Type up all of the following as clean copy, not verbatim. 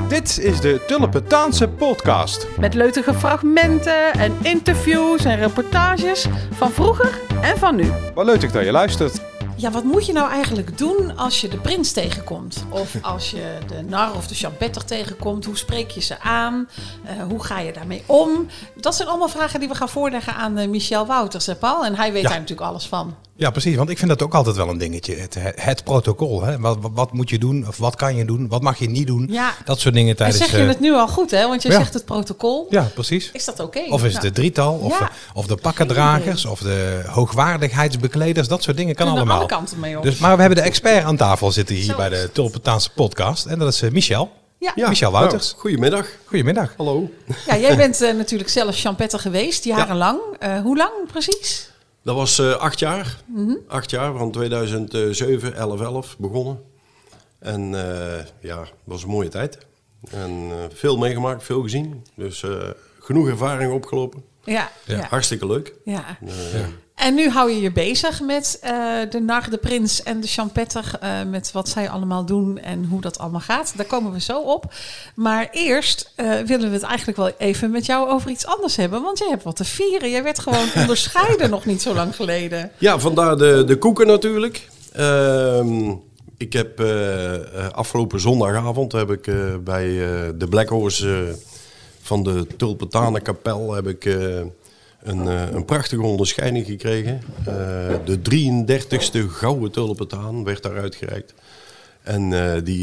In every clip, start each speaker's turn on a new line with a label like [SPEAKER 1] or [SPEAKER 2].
[SPEAKER 1] Dit is de Tulpentaanse podcast.
[SPEAKER 2] Met leutige fragmenten en interviews en reportages van vroeger en van nu.
[SPEAKER 1] Wat leuk dat je luistert.
[SPEAKER 2] Ja, wat moet je nou eigenlijk doen als je de prins tegenkomt? Of als je de nar of de champetter tegenkomt? Hoe spreek je ze aan? Hoe ga je daarmee om? Dat zijn allemaal vragen die we gaan voorleggen aan Michel Wouters, hè Paul? En hij weet daar natuurlijk alles van.
[SPEAKER 3] Ja, precies. Want ik vind dat ook altijd wel een dingetje. Het protocol. Hè? Wat moet je doen? Of wat kan je doen? Wat mag je niet doen?
[SPEAKER 2] Ja.
[SPEAKER 3] Dat soort dingen tijdens...
[SPEAKER 2] En zeg je het nu al goed, hè? Want je zegt het protocol.
[SPEAKER 3] Ja, precies.
[SPEAKER 2] Is dat oké?
[SPEAKER 3] Of is het de drietal? Of de pakkendragers? Of de hoogwaardigheidsbekleders? Dat soort dingen kan allemaal.
[SPEAKER 2] Alle kanten mee op.
[SPEAKER 3] Dus, maar we hebben de expert aan tafel zitten hier bij de Tulpentaanse podcast. En dat is Michel.
[SPEAKER 2] Ja.
[SPEAKER 3] Michel Wouters.
[SPEAKER 4] Nou, goedemiddag.
[SPEAKER 3] Goedemiddag.
[SPEAKER 4] Hallo.
[SPEAKER 2] Ja, jij bent natuurlijk zelf champetter geweest, jarenlang. Hoe lang precies?
[SPEAKER 4] Dat was 8 jaar. 8 jaar, van 2007, 11 begonnen. En dat was een mooie tijd. En veel meegemaakt, veel gezien. Dus genoeg ervaring opgelopen.
[SPEAKER 2] Ja.
[SPEAKER 4] Hartstikke leuk.
[SPEAKER 2] Ja. En nu hou je je bezig met de nar, de prins en de champetter. Met wat zij allemaal doen en hoe dat allemaal gaat. Daar komen we zo op. Maar eerst willen we het eigenlijk wel even met jou over iets anders hebben. Want jij hebt wat te vieren. Jij werd gewoon onderscheiden nog niet zo lang geleden.
[SPEAKER 4] Ja, vandaar de koeken natuurlijk. Ik heb afgelopen zondagavond heb ik bij de Black Horse van de Tulpentannenkapel heb ik... Een prachtige onderscheiding gekregen. De 33ste Gouden Tulpentaan werd daar uitgereikt. En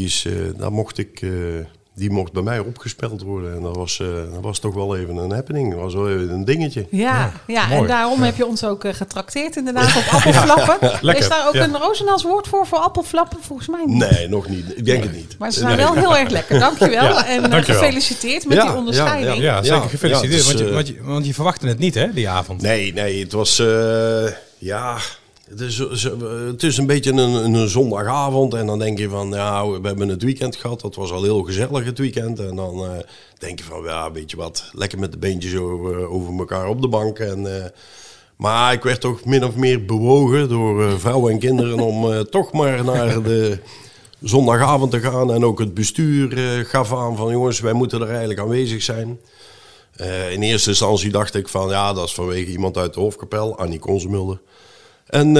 [SPEAKER 4] die mocht bij mij opgespeld worden. En dat was toch wel even een happening. Dat was wel even een dingetje.
[SPEAKER 2] Ja, en daarom heb je ons ook getrakteerd inderdaad op appelflappen.
[SPEAKER 3] Lekker.
[SPEAKER 2] Is daar ook een Roosendaals woord voor appelflappen? Volgens mij niet.
[SPEAKER 4] Nee, nog niet. Ik denk het niet.
[SPEAKER 2] Maar ze zijn wel heel erg lekker. Dankjewel. En
[SPEAKER 3] dankjewel.
[SPEAKER 2] Gefeliciteerd met die onderscheiding.
[SPEAKER 3] Ja, zeker gefeliciteerd.
[SPEAKER 4] Dus,
[SPEAKER 3] want je verwachtte het niet, hè, die avond?
[SPEAKER 4] Nee, het was... Het is een beetje een zondagavond en dan denk je van, ja, we hebben het weekend gehad. Dat was al heel gezellig het weekend. En dan denk je van, ja, weet je wat, lekker met de beentjes over elkaar op de bank. Maar ik werd toch min of meer bewogen door vrouwen en kinderen om toch maar naar de zondagavond te gaan. En ook het bestuur gaf aan van, jongens, wij moeten er eigenlijk aanwezig zijn. In eerste instantie dacht ik van, ja, dat is vanwege iemand uit de Hofkapel, Annie Consumulde. En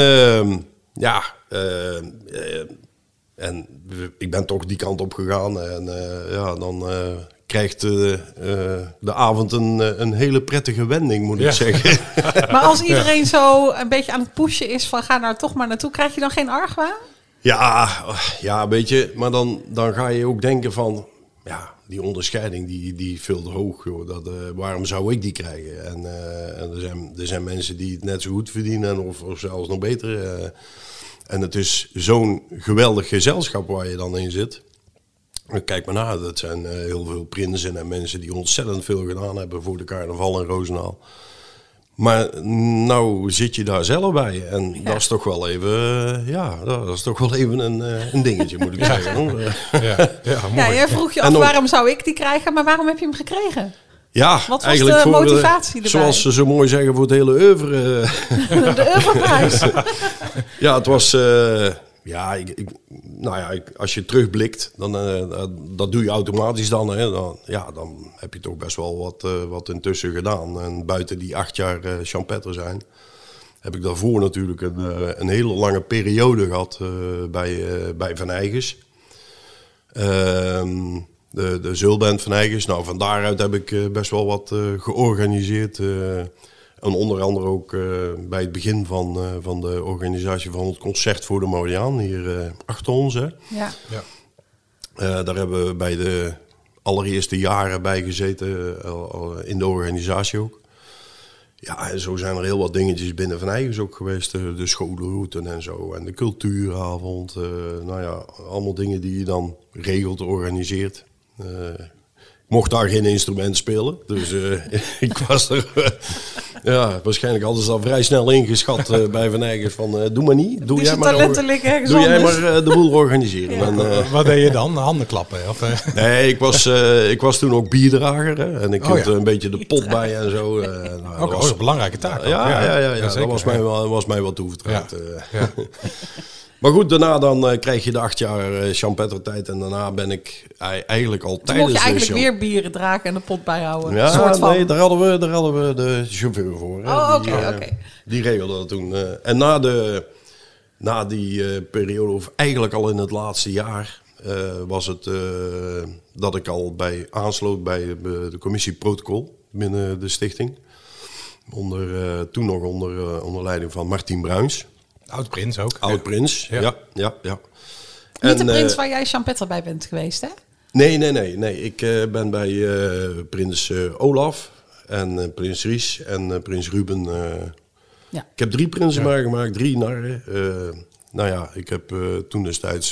[SPEAKER 4] en ik ben toch die kant op gegaan. En dan krijgt de avond een hele prettige wending, moet ik zeggen.
[SPEAKER 2] Maar als iedereen zo een beetje aan het pushen is van ga daar toch maar naartoe, krijg je dan geen argwaan?
[SPEAKER 4] Ja, weet je. Maar dan ga je ook denken van, ja, die onderscheiding die veel te hoog, joh. Waarom zou ik die krijgen? En er zijn mensen die het net zo goed verdienen of zelfs nog beter. En het is zo'n geweldig gezelschap waar je dan in zit. Kijk maar na, dat zijn heel veel prinsen en mensen die ontzettend veel gedaan hebben voor de carnaval in Roosendaal. Maar nou zit je daar zelf bij en dat is toch wel even, een dingetje, moet ik zeggen. Hoor.
[SPEAKER 2] Ja, jij vroeg je af waarom zou ik die krijgen, maar waarom heb je hem gekregen?
[SPEAKER 4] Ja,
[SPEAKER 2] wat was
[SPEAKER 4] eigenlijk
[SPEAKER 2] de motivatie erbij?
[SPEAKER 4] Zoals ze zo mooi zeggen, voor het hele oeuvre.
[SPEAKER 2] De oeuvreprijs.
[SPEAKER 4] Ja, het was... als je terugblikt, dan dat doe je automatisch dan. Hè. Dan heb je toch best wel wat intussen gedaan. En buiten die 8 jaar champetter zijn, heb ik daarvoor natuurlijk een hele lange periode gehad bij Van Eygens. De Zulband Van Eygens. Nou, van daaruit heb ik best wel wat georganiseerd. En onder andere ook bij het begin van de organisatie van het Concert voor de Moriaan, hier achter ons. Hè.
[SPEAKER 2] Ja.
[SPEAKER 4] Daar hebben we bij de allereerste jaren bij gezeten, in de organisatie ook. Ja, en zo zijn er heel wat dingetjes binnen Van Eygens ook geweest. De scholenroute en zo. En de cultuuravond. Allemaal dingen die je dan regelt, organiseert. Ik mocht daar geen instrument spelen. Dus ik was er... waarschijnlijk hadden ze al vrij snel ingeschat bij Van Eygens van... doe maar niet. Doe jij maar de boel organiseren. Ja. En,
[SPEAKER 3] wat deed je dan? Handen klappen? Of,
[SPEAKER 4] Nee, ik was toen ook bierdrager. Hè, en ik hield een beetje de pot bij en zo.
[SPEAKER 3] Dat was een belangrijke taak.
[SPEAKER 4] Ja, dat was mij wel toevertrouwd. Maar goed, daarna dan krijg je de 8 jaar Champetter-tijd. En daarna ben ik eigenlijk al
[SPEAKER 2] Toen
[SPEAKER 4] tijdens
[SPEAKER 2] mocht je eigenlijk
[SPEAKER 4] de
[SPEAKER 2] weer bieren dragen en de pot bijhouden.
[SPEAKER 4] Ja,
[SPEAKER 2] soort van.
[SPEAKER 4] nee, daar hadden we de chauffeur voor. Hè.
[SPEAKER 2] Oh,
[SPEAKER 4] Die,
[SPEAKER 2] oké.
[SPEAKER 4] Die regelde dat toen. En na die periode, of eigenlijk al in het laatste jaar, was het dat ik al aansloot bij de commissie protocol binnen de stichting. Toen nog onder leiding van Martien Bruins.
[SPEAKER 3] Oud-prins ook.
[SPEAKER 4] Oud-prins, ja.
[SPEAKER 2] Niet de prins waar jij Champetter bij bent geweest, hè?
[SPEAKER 4] Nee. Ik ben bij prins Olaf en prins Ries en prins Ruben.
[SPEAKER 2] Ja.
[SPEAKER 4] Ik heb 3 prinsen meegemaakt, 3 narren. Ik heb toen destijds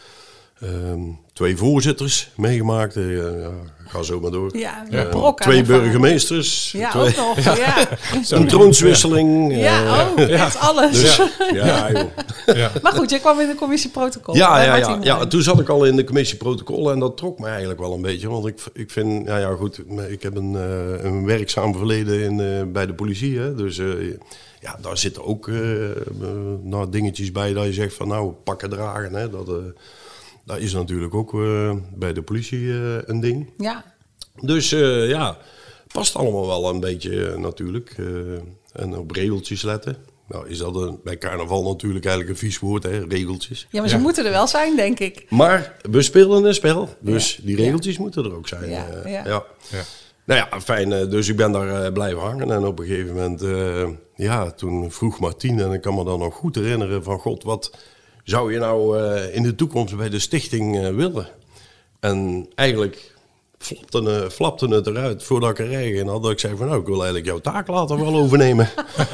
[SPEAKER 4] 2 voorzitters meegemaakt. Ga zo maar door.
[SPEAKER 2] Ja, brok aan
[SPEAKER 4] 2
[SPEAKER 2] ervaring.
[SPEAKER 4] burgemeesters.
[SPEAKER 2] Ja,
[SPEAKER 4] 2
[SPEAKER 2] ook nog. Ja,
[SPEAKER 4] een troonswisseling.
[SPEAKER 2] echt alles.
[SPEAKER 4] Dus, ja, joh.
[SPEAKER 3] Ja.
[SPEAKER 2] Maar goed, je kwam in de commissie protocol. bij Martien
[SPEAKER 4] Ja,
[SPEAKER 2] Bruin.
[SPEAKER 4] toen zat ik al in de commissie protocol en dat trok me eigenlijk wel een beetje. Want ik vind, ik heb een werkzaam verleden bij de politie. Hè, dus daar zitten ook dingetjes bij dat je zegt van nou, pakken dragen. Hè, dat is natuurlijk ook bij de politie een ding.
[SPEAKER 2] Ja.
[SPEAKER 4] Dus past allemaal wel een beetje natuurlijk. En op regeltjes letten. Nou is dat bij carnaval natuurlijk eigenlijk een vies woord, hè, regeltjes.
[SPEAKER 2] Ja, maar ze moeten er wel zijn, denk ik.
[SPEAKER 4] Maar we spelen een spel, dus die regeltjes moeten er ook zijn.
[SPEAKER 2] Ja.
[SPEAKER 4] Ja. Nou ja, fijn. Dus ik ben daar blijven hangen. En op een gegeven moment, toen vroeg Martien, en ik kan me dan nog goed herinneren van God, wat zou je nou in de toekomst bij de stichting willen? En eigenlijk flapte het eruit voordat ik er reageerde. En dat ik zei van nou, ik wil eigenlijk jouw taak later wel overnemen.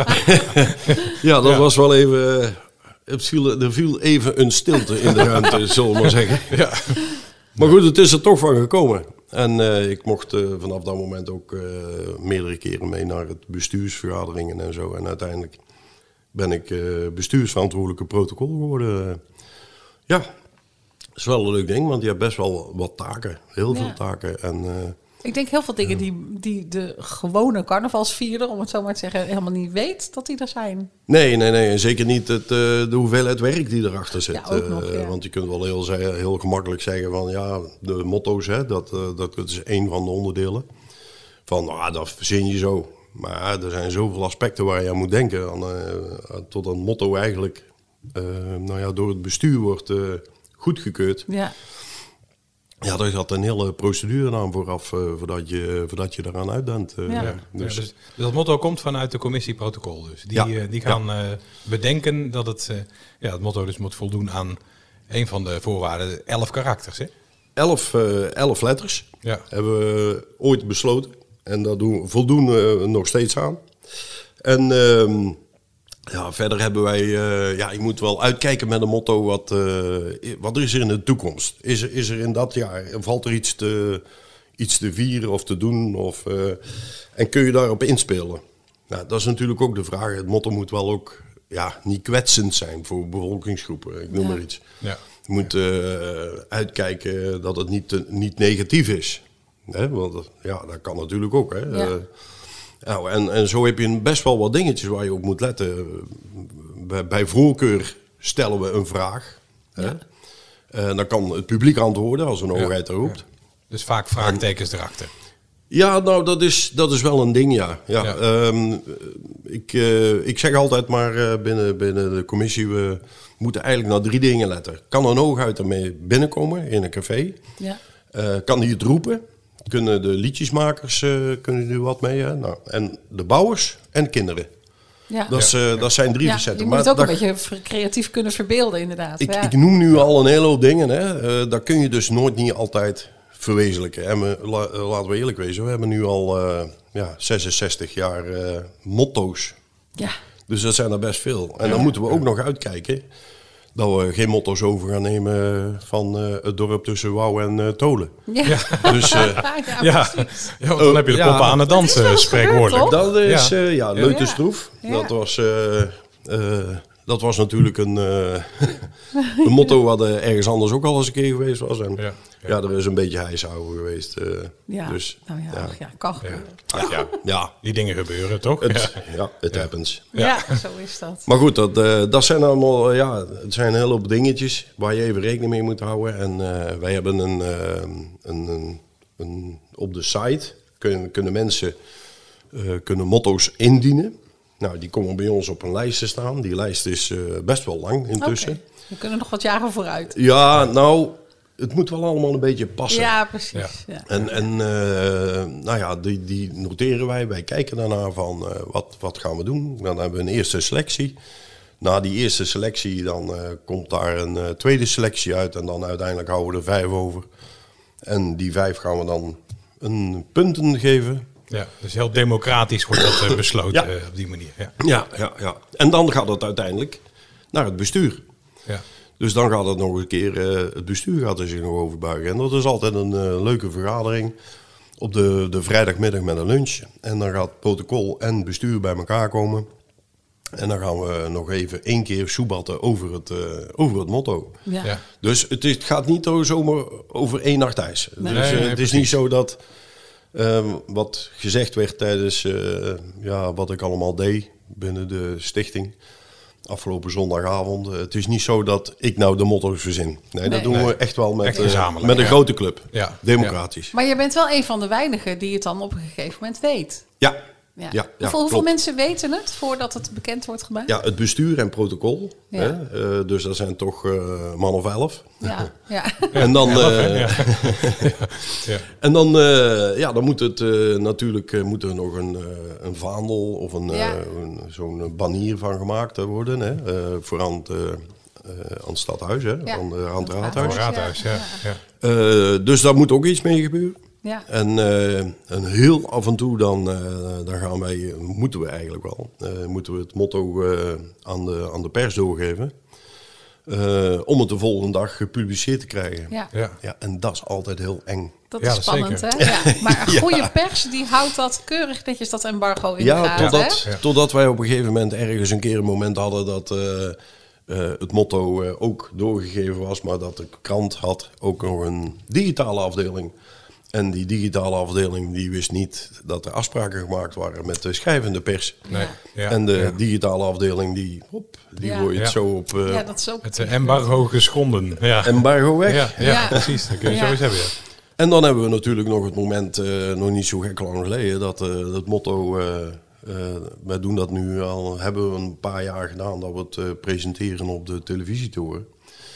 [SPEAKER 4] Dat was wel even... Er viel even een stilte in de ruimte, zullen we maar zeggen. Ja. Maar goed, het is er toch van gekomen. En ik mocht vanaf dat moment ook meerdere keren mee naar het bestuursvergaderingen en zo. En uiteindelijk ben ik bestuursverantwoordelijke protocol geworden. Ja, dat is wel een leuk ding, want je hebt best wel wat taken. Heel veel taken. En,
[SPEAKER 2] ik denk heel veel dingen die de gewone carnavalsvierder, om het zo maar te zeggen, helemaal niet weet dat die er zijn.
[SPEAKER 4] Nee. En zeker niet de hoeveelheid werk die erachter zit.
[SPEAKER 2] Ja, ook nog, ja.
[SPEAKER 4] Want je kunt wel heel gemakkelijk zeggen van ja, de motto's, hè, dat is één van de onderdelen. Van dat verzin je zo. Maar er zijn zoveel aspecten waar je aan moet denken. Tot een motto eigenlijk door het bestuur wordt goedgekeurd.
[SPEAKER 2] Ja.
[SPEAKER 4] Ja, daar gaat een hele procedure aan vooraf voordat je eraan uitdenkt.
[SPEAKER 3] Dus dat motto komt vanuit de commissie protocol. Dus die gaan bedenken dat het motto dus moet voldoen aan een van de voorwaarden, 11 karakters. Hè?
[SPEAKER 4] 11 letters hebben we ooit besloten. En daar voldoen we nog steeds aan. En verder hebben wij... je moet wel uitkijken met een motto. Wat is er in de toekomst? Is er in dat jaar... Valt er iets te vieren of te doen? En kun je daarop inspelen? Nou, dat is natuurlijk ook de vraag. Het motto moet wel ook niet kwetsend zijn voor bevolkingsgroepen. Ik noem maar iets. Ja. Je moet uitkijken dat het niet negatief is. Hè? Want dat kan natuurlijk ook. Hè? Ja. En zo heb je best wel wat dingetjes waar je op moet letten. Bij voorkeur stellen we een vraag. Ja. Hè? Dan kan het publiek antwoorden als een hoogheid er roept.
[SPEAKER 3] Ja. Dus vaak vraagtekens erachter.
[SPEAKER 4] Ja, nou dat is wel een ding, ja. Ik zeg altijd maar binnen de commissie, we moeten eigenlijk naar 3 dingen letten. Kan een hooguit ermee binnenkomen in een café? Ja. Kan die het roepen? Kunnen de liedjesmakers kunnen er wat mee? Hè? Nou, en de bouwers en kinderen. Ja. Dat zijn 3 facetten.
[SPEAKER 2] Je moet het ook een beetje creatief kunnen verbeelden, inderdaad.
[SPEAKER 4] Ik noem nu al een hele hoop dingen. Hè. Dat kun je dus niet altijd verwezenlijken. En laten we eerlijk wezen, we hebben nu al 66 jaar motto's. Ja. Dus dat zijn er best veel. En dan moeten we ook nog uitkijken dat we geen motto's over gaan nemen van het dorp tussen Wouw en Tolen. Ja. Dus,
[SPEAKER 3] want dan heb je de poppen aan het dansen, spreekwoordelijk.
[SPEAKER 4] Dat is Leutenstroef. Ja. Dat was dat was natuurlijk een motto wat ergens anders ook al eens een keer geweest was. En ja, er is een beetje hijshouden geweest. Dus,
[SPEAKER 2] kan gebeuren.
[SPEAKER 4] Ja,
[SPEAKER 3] die dingen gebeuren, toch?
[SPEAKER 4] Het happens.
[SPEAKER 2] Ja, zo is dat.
[SPEAKER 4] Maar goed, dat zijn allemaal, het zijn een hele hoop dingetjes waar je even rekening mee moet houden. En wij hebben een op de site kunnen mensen kunnen motto's indienen. Nou, die komen bij ons op een lijst te staan. Die lijst is best wel lang intussen.
[SPEAKER 2] Okay. We kunnen nog wat jaren vooruit.
[SPEAKER 4] Ja, nou, het moet wel allemaal een beetje passen.
[SPEAKER 2] Ja, precies. Ja.
[SPEAKER 4] En nou ja, die noteren wij. Wij kijken daarna van wat gaan we doen. Dan hebben we een eerste selectie. Na die eerste selectie dan komt daar een tweede selectie uit. En dan uiteindelijk houden we er 5 over. En die 5 gaan we dan een punten geven.
[SPEAKER 3] Ja, dus heel democratisch wordt dat besloten op die manier.
[SPEAKER 4] Ja. En dan gaat het uiteindelijk naar het bestuur.
[SPEAKER 3] Ja.
[SPEAKER 4] Dus dan gaat het nog een keer, het bestuur gaat er zich nog over buigen. En dat is altijd een leuke vergadering op de vrijdagmiddag met een lunch. En dan gaat protocol en bestuur bij elkaar komen. En dan gaan we nog even 1 keer soebatten over het motto.
[SPEAKER 2] Ja.
[SPEAKER 4] Dus het gaat niet zomaar over 1 nacht ijs.
[SPEAKER 2] Nee.
[SPEAKER 4] Dus
[SPEAKER 3] Nee,
[SPEAKER 4] het is niet zo dat wat gezegd werd tijdens wat ik allemaal deed binnen de stichting afgelopen zondagavond. Het is niet zo dat ik nou de motto's verzin. Nee, dat doen we echt wel met een grote club.
[SPEAKER 3] Ja.
[SPEAKER 4] Democratisch.
[SPEAKER 2] Maar je bent wel een van de weinigen die het dan op een gegeven moment weet.
[SPEAKER 4] Ja.
[SPEAKER 2] Hoeveel mensen weten het voordat het bekend wordt gemaakt?
[SPEAKER 4] Ja, het bestuur en protocol.
[SPEAKER 2] Ja.
[SPEAKER 4] Hè? Dus dat zijn toch man of 11.
[SPEAKER 2] Ja.
[SPEAKER 4] En dan,
[SPEAKER 3] Ja.
[SPEAKER 4] en dan moet het natuurlijk moet er nog een vaandel of zo'n banier van gemaakt worden. Hè? Voor aan het stadhuis, hè? Aan het raadhuis.
[SPEAKER 3] Raadhuis, ja.
[SPEAKER 4] Dus daar moet ook iets mee gebeuren.
[SPEAKER 2] Ja.
[SPEAKER 4] En heel af en toe dan moeten we eigenlijk wel, moeten we het motto aan de pers doorgeven. Om het de volgende dag gepubliceerd te krijgen.
[SPEAKER 2] Ja.
[SPEAKER 4] Ja, en dat is altijd heel eng.
[SPEAKER 2] Dat is spannend,
[SPEAKER 3] zeker.
[SPEAKER 2] hè? Ja. Maar een goede pers die houdt dat keurig netjes, dat embargo in de gaten.
[SPEAKER 4] Totdat wij op een gegeven moment ergens een keer een moment hadden dat het motto ook doorgegeven was, maar dat de krant had ook nog een digitale afdeling. En die digitale afdeling die wist niet dat er afspraken gemaakt waren met de schrijvende pers.
[SPEAKER 3] Nee. Ja.
[SPEAKER 4] En de digitale afdeling die gooit zo op
[SPEAKER 2] dat is ook
[SPEAKER 3] het embargo geschonden. Ja.
[SPEAKER 4] embargo weg.
[SPEAKER 3] Ja, precies. Dat kun je zo eens hebben. Ja.
[SPEAKER 4] En dan hebben we natuurlijk nog het moment, nog niet zo gek lang geleden, dat het motto, wij doen dat nu al, hebben we een paar jaar gedaan, dat we het presenteren op de televisietoren.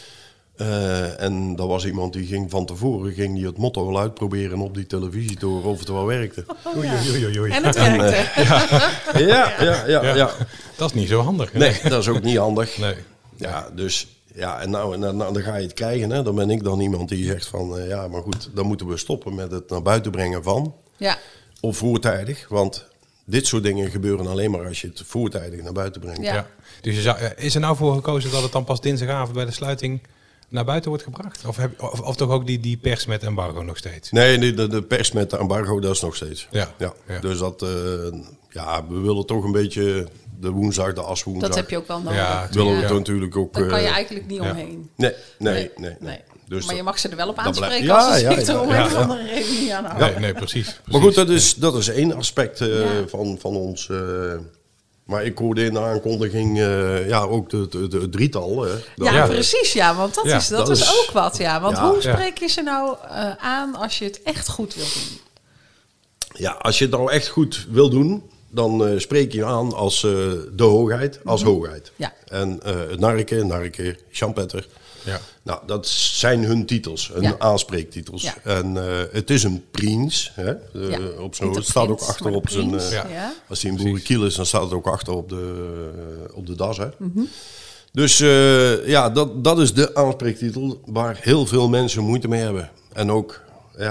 [SPEAKER 4] En er was iemand die ging van tevoren het motto al uitproberen op die televisietoren of het wel werkte.
[SPEAKER 3] Oei.
[SPEAKER 2] En het werkte.
[SPEAKER 4] Ja.
[SPEAKER 3] Dat is niet zo handig.
[SPEAKER 4] Nee, dat is ook niet handig.
[SPEAKER 3] Nee.
[SPEAKER 4] Ja, dus ja, en dan ga je het krijgen. Hè. Dan ben ik dan iemand die zegt van, ja, maar goed, dan moeten we stoppen met het naar buiten brengen van.
[SPEAKER 2] Ja.
[SPEAKER 4] Of voortijdig, want dit soort dingen gebeuren alleen maar als je het voortijdig naar buiten brengt.
[SPEAKER 2] Ja.
[SPEAKER 3] Ja. Dus is er nou voor gekozen dat het dan pas dinsdagavond bij de sluiting naar buiten wordt gebracht? Of toch ook die pers met embargo nog steeds?
[SPEAKER 4] Nee, de pers met de embargo, dat is nog steeds.
[SPEAKER 3] Ja.
[SPEAKER 4] Dus dat, we willen toch een beetje de woensdag, de aswoensdag.
[SPEAKER 2] Dat heb je ook wel nodig.
[SPEAKER 3] Ja,
[SPEAKER 4] willen we het natuurlijk ook.
[SPEAKER 2] Daar kan je eigenlijk niet omheen.
[SPEAKER 4] Nee. Dus
[SPEAKER 2] maar je mag ze er wel op
[SPEAKER 4] dat
[SPEAKER 2] aanspreken
[SPEAKER 4] blijft-
[SPEAKER 2] als ze
[SPEAKER 4] ja,
[SPEAKER 2] zich er om een of andere reden niet aan houden.
[SPEAKER 3] Nee, precies.
[SPEAKER 4] Maar goed, dat is één aspect van ons. Maar ik hoorde in de aankondiging ook het drietal.
[SPEAKER 2] Ja, precies. Ja, want dat is ook wat. Ja. Want hoe
[SPEAKER 4] Ja.
[SPEAKER 2] spreek je ze nou aan als je het echt goed wil doen?
[SPEAKER 4] Ja, als je het nou echt goed wil doen, dan spreek je aan als de hoogheid, als hoogheid.
[SPEAKER 2] Ja.
[SPEAKER 4] En het Narke, Champetter.
[SPEAKER 3] Ja.
[SPEAKER 4] Nou, dat zijn hun titels, hun aanspreektitels.
[SPEAKER 2] Ja.
[SPEAKER 4] En het is een prins. Hè? Op zijn, het staat ook achter op zijn... Als hij een boerenkiel is, dan staat het ook achter op de das. Hè?
[SPEAKER 2] Mm-hmm.
[SPEAKER 4] Dus dat is de aanspreektitel waar heel veel mensen moeite mee hebben. En ook,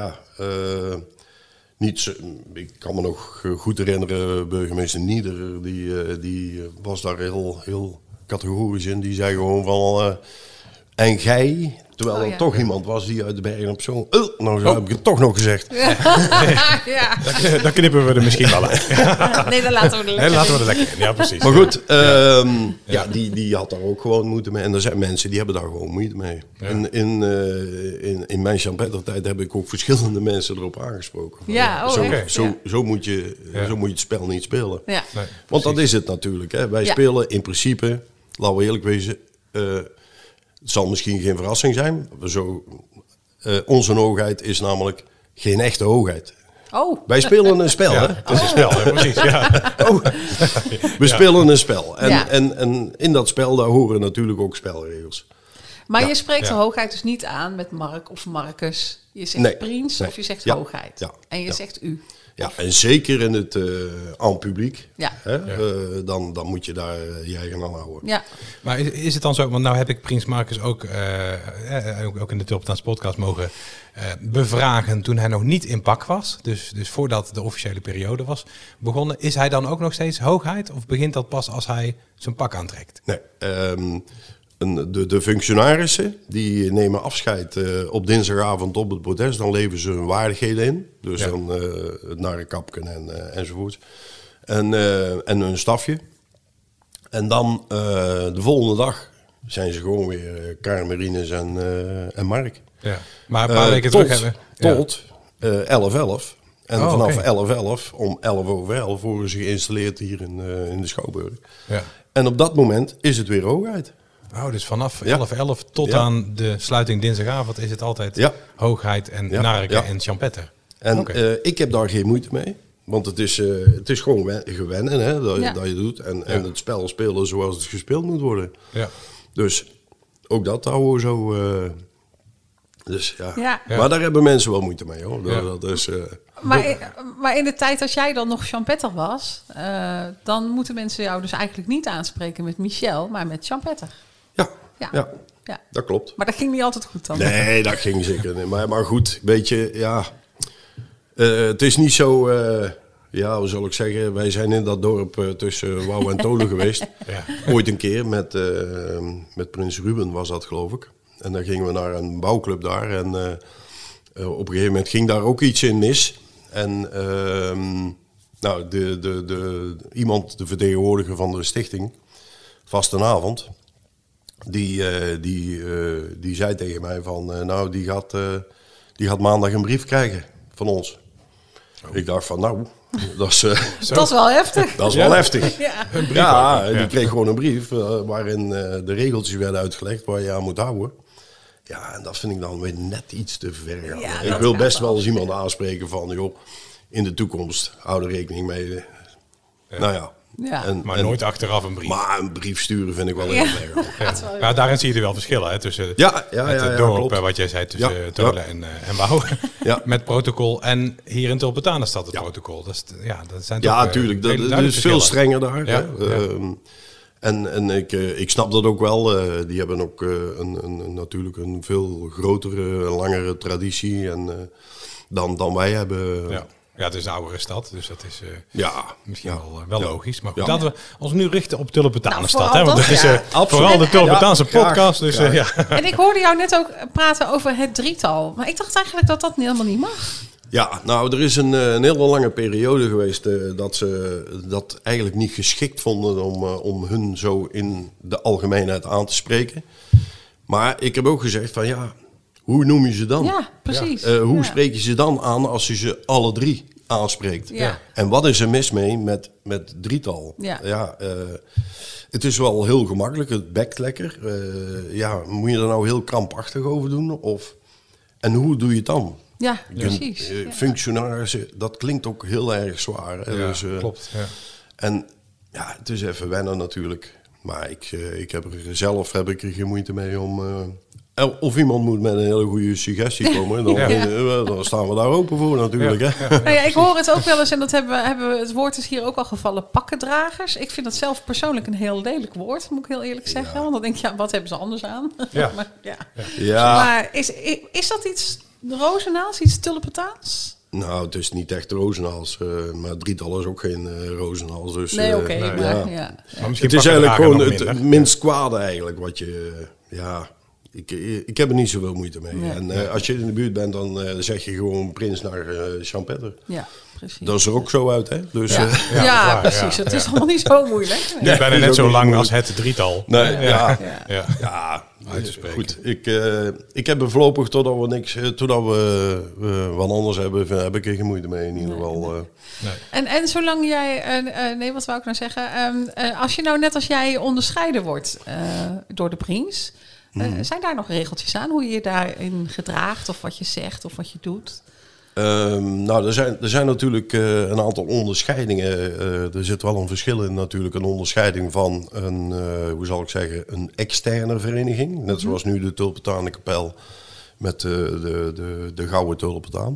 [SPEAKER 4] ik kan me nog goed herinneren, burgemeester Nieder, die was daar heel categorisch in. Die zei gewoon van... En gij, terwijl er toch iemand was die uit de bergen op zo'n... nou heb ik het toch nog gezegd.
[SPEAKER 2] Ja.
[SPEAKER 3] Dan knippen we er misschien wel uit.
[SPEAKER 2] Nee, dan laten we er lekker
[SPEAKER 3] Nee, laten we er lekker in. Ja, precies.
[SPEAKER 4] Maar goed, die had daar ook gewoon moeite mee. En er zijn mensen die hebben daar gewoon moeite mee.
[SPEAKER 3] Ja.
[SPEAKER 4] In mijn Champetter-tijd heb ik ook verschillende mensen erop aangesproken. Van,
[SPEAKER 2] Ja, echt?
[SPEAKER 4] Zo moet je het spel niet spelen.
[SPEAKER 2] Ja.
[SPEAKER 3] Nee,
[SPEAKER 4] Want dat is het natuurlijk. Hè. Wij spelen in principe, laten we eerlijk wezen... het zal misschien geen verrassing zijn. Onze hoogheid is namelijk geen echte hoogheid.
[SPEAKER 2] Oh.
[SPEAKER 4] Wij spelen een spel, hè?
[SPEAKER 3] Het is een spel, hè? Precies. Ja.
[SPEAKER 4] We spelen een spel. En,
[SPEAKER 2] Ja.
[SPEAKER 4] en in dat spel, daar horen natuurlijk ook spelregels.
[SPEAKER 2] Maar je spreekt de hoogheid dus niet aan met Mark of Marcus. Je zegt prins of je zegt hoogheid.
[SPEAKER 4] Ja.
[SPEAKER 2] En je zegt u.
[SPEAKER 4] Ja, en zeker in het aan publiek.
[SPEAKER 2] Ja.
[SPEAKER 4] Hè, dan moet je daar je eigen aan houden.
[SPEAKER 2] Ja.
[SPEAKER 3] Maar is het dan zo, want nou heb ik Prins Marcus ook in de Tulpentaans podcast mogen bevragen toen hij nog niet in pak was. Dus voordat de officiële periode was begonnen. Is hij dan ook nog steeds hoogheid? Of begint dat pas als hij zijn pak aantrekt?
[SPEAKER 4] Nee, de functionarissen die nemen afscheid op dinsdagavond op het bordes. Dan leveren ze hun waardigheden in. Dus dan het narrenkapken enzovoort. En hun stafje. En dan de volgende dag zijn ze gewoon weer Karin en Mark.
[SPEAKER 3] Ja. Maar een paar weken terug hebben...
[SPEAKER 4] Tot 11:11. En vanaf 11:11, om 11:11, worden ze geïnstalleerd hier in de Schouwburg.
[SPEAKER 3] Ja.
[SPEAKER 4] En op dat moment is het weer hoogheid.
[SPEAKER 3] Oh, dus vanaf 11:11 tot aan de sluiting dinsdagavond is het altijd hoogheid en narken en champetter.
[SPEAKER 4] En ik heb daar geen moeite mee. Want het is gewoon gewennen, hè, dat je doet. En het spel spelen zoals het gespeeld moet worden.
[SPEAKER 3] Ja.
[SPEAKER 4] Dus ook dat houden we zo... dus ja.
[SPEAKER 2] Ja.
[SPEAKER 4] Maar daar hebben mensen wel moeite mee, hoor. Dat is...
[SPEAKER 2] Maar in de tijd dat jij dan nog champetter was, dan moeten mensen jou dus eigenlijk niet aanspreken met Michel, maar met champetter.
[SPEAKER 4] Ja, dat klopt.
[SPEAKER 2] Maar dat ging niet altijd goed dan.
[SPEAKER 4] Nee, dat ging zeker niet. Maar goed, weet je, ja. Het is niet zo... hoe zal ik zeggen? Wij zijn in dat dorp tussen Wouw en Tolen geweest.
[SPEAKER 3] Ja.
[SPEAKER 4] Ooit een keer met Prins Ruben was dat, geloof ik. En dan gingen we naar een bouwclub daar. En op een gegeven moment ging daar ook iets in mis. En de vertegenwoordiger van de stichting, Vastenavond, die zei tegen mij van, die gaat maandag een brief krijgen van ons. Oh. Ik dacht van, dat is
[SPEAKER 2] wel heftig.
[SPEAKER 4] Dat is wel heftig.
[SPEAKER 2] Ja.
[SPEAKER 3] Een brief
[SPEAKER 4] die kreeg gewoon een brief waarin de regeltjes werden uitgelegd waar je aan moet houden. Ja, en dat vind ik dan weer net iets te ver gaan.
[SPEAKER 2] Ja,
[SPEAKER 4] ik wil best wel eens iemand aanspreken van, joh, in de toekomst hou er rekening mee. Nou ja.
[SPEAKER 3] Maar nooit achteraf een brief.
[SPEAKER 4] Maar een brief sturen vind ik wel heel erg.
[SPEAKER 3] Ja, daarin zie je er wel verschillen hè, tussen het dorp, wat jij zei, tussen Tolen en Wouw. Ja. Met protocol en hier in Tulpentanen staat het protocol. Dat zijn toch,
[SPEAKER 4] natuurlijk. Dat is veel strenger daar. Ja. En ik snap dat ook wel. Die hebben ook natuurlijk een veel grotere, langere traditie dan wij hebben.
[SPEAKER 3] Ja, het is een oudere stad, dus dat is misschien wel logisch. Maar goed,
[SPEAKER 4] Ja.
[SPEAKER 3] laten we ons nu richten op Tulpentanenstad.
[SPEAKER 2] Nou,
[SPEAKER 3] Want het is vooral de Tulpentaanse podcast. Dus,
[SPEAKER 2] En ik hoorde jou net ook praten over het drietal. Maar ik dacht eigenlijk dat dat helemaal niet mag.
[SPEAKER 4] Ja, nou, er is een hele lange periode geweest dat ze dat eigenlijk niet geschikt vonden om hun zo in de algemeenheid aan te spreken. Maar ik heb ook gezegd van hoe noem je ze dan?
[SPEAKER 2] Ja, precies.
[SPEAKER 4] Hoe spreek je ze dan aan als je ze alle drie aanspreekt?
[SPEAKER 2] Ja.
[SPEAKER 4] En wat is er mis mee met drietal?
[SPEAKER 2] Ja.
[SPEAKER 4] Het is wel heel gemakkelijk, het bekt lekker. Moet je er nou heel krampachtig over doen? En hoe doe je het dan?
[SPEAKER 2] Ja, precies.
[SPEAKER 4] Functionarissen, dat klinkt ook heel erg zwaar. Hè?
[SPEAKER 3] Ja,
[SPEAKER 4] Dus,
[SPEAKER 3] klopt. Ja.
[SPEAKER 4] En het is even wennen natuurlijk. Maar ik heb er geen moeite mee om... of iemand moet met een hele goede suggestie komen. Dan staan we daar open voor natuurlijk.
[SPEAKER 3] Ja.
[SPEAKER 4] Hè?
[SPEAKER 2] Nou ja, ik hoor het ook wel eens, en dat hebben we, het woord is hier ook al gevallen, pakkendragers. Ik vind dat zelf persoonlijk een heel lelijk woord, moet ik heel eerlijk zeggen. Want dan denk je, wat hebben ze anders aan?
[SPEAKER 3] Ja.
[SPEAKER 2] Maar is dat iets Rozenaals, iets Tulpentaans?
[SPEAKER 4] Nou, het is niet echt Rozenaals. Maar drietal is ook geen Rozenaals. Dus,
[SPEAKER 2] Nee, oké.
[SPEAKER 3] Maar misschien
[SPEAKER 4] het is eigenlijk
[SPEAKER 3] pakken
[SPEAKER 4] gewoon
[SPEAKER 3] dragen
[SPEAKER 4] het
[SPEAKER 3] nog minder.
[SPEAKER 4] minst kwade eigenlijk wat je... Ik heb er niet zoveel moeite mee.
[SPEAKER 2] Nee.
[SPEAKER 4] En als je in de buurt bent, dan zeg je gewoon Prins naar Champetter.
[SPEAKER 2] Ja, precies.
[SPEAKER 4] Dat is er ook zo uit, hè? Dus,
[SPEAKER 2] Ja,
[SPEAKER 3] waar,
[SPEAKER 2] precies.
[SPEAKER 3] ja.
[SPEAKER 2] Het is allemaal niet zo moeilijk.
[SPEAKER 3] Het is bijna
[SPEAKER 4] is
[SPEAKER 3] net
[SPEAKER 4] ook
[SPEAKER 3] zo
[SPEAKER 4] niet
[SPEAKER 3] lang
[SPEAKER 4] moeilijk.
[SPEAKER 3] als het drietal.
[SPEAKER 4] nee,
[SPEAKER 2] Ja.
[SPEAKER 3] Ja. Uit te spreken.
[SPEAKER 4] Goed. Ik heb er voorlopig totdat we wat anders hebben, heb ik er geen moeite mee in ieder geval.
[SPEAKER 2] En zolang jij... nee, wat wou ik nou zeggen? Als je nou net als jij onderscheiden wordt door de Prins... zijn daar nog regeltjes aan? Hoe je je daarin gedraagt of wat je zegt of wat je doet?
[SPEAKER 4] Nou, er zijn natuurlijk een aantal onderscheidingen. Er zit wel een verschil in natuurlijk. Een onderscheiding van een, een externe vereniging. Net zoals nu de Tulpentanenkapel met de Gouden Tulpentaan.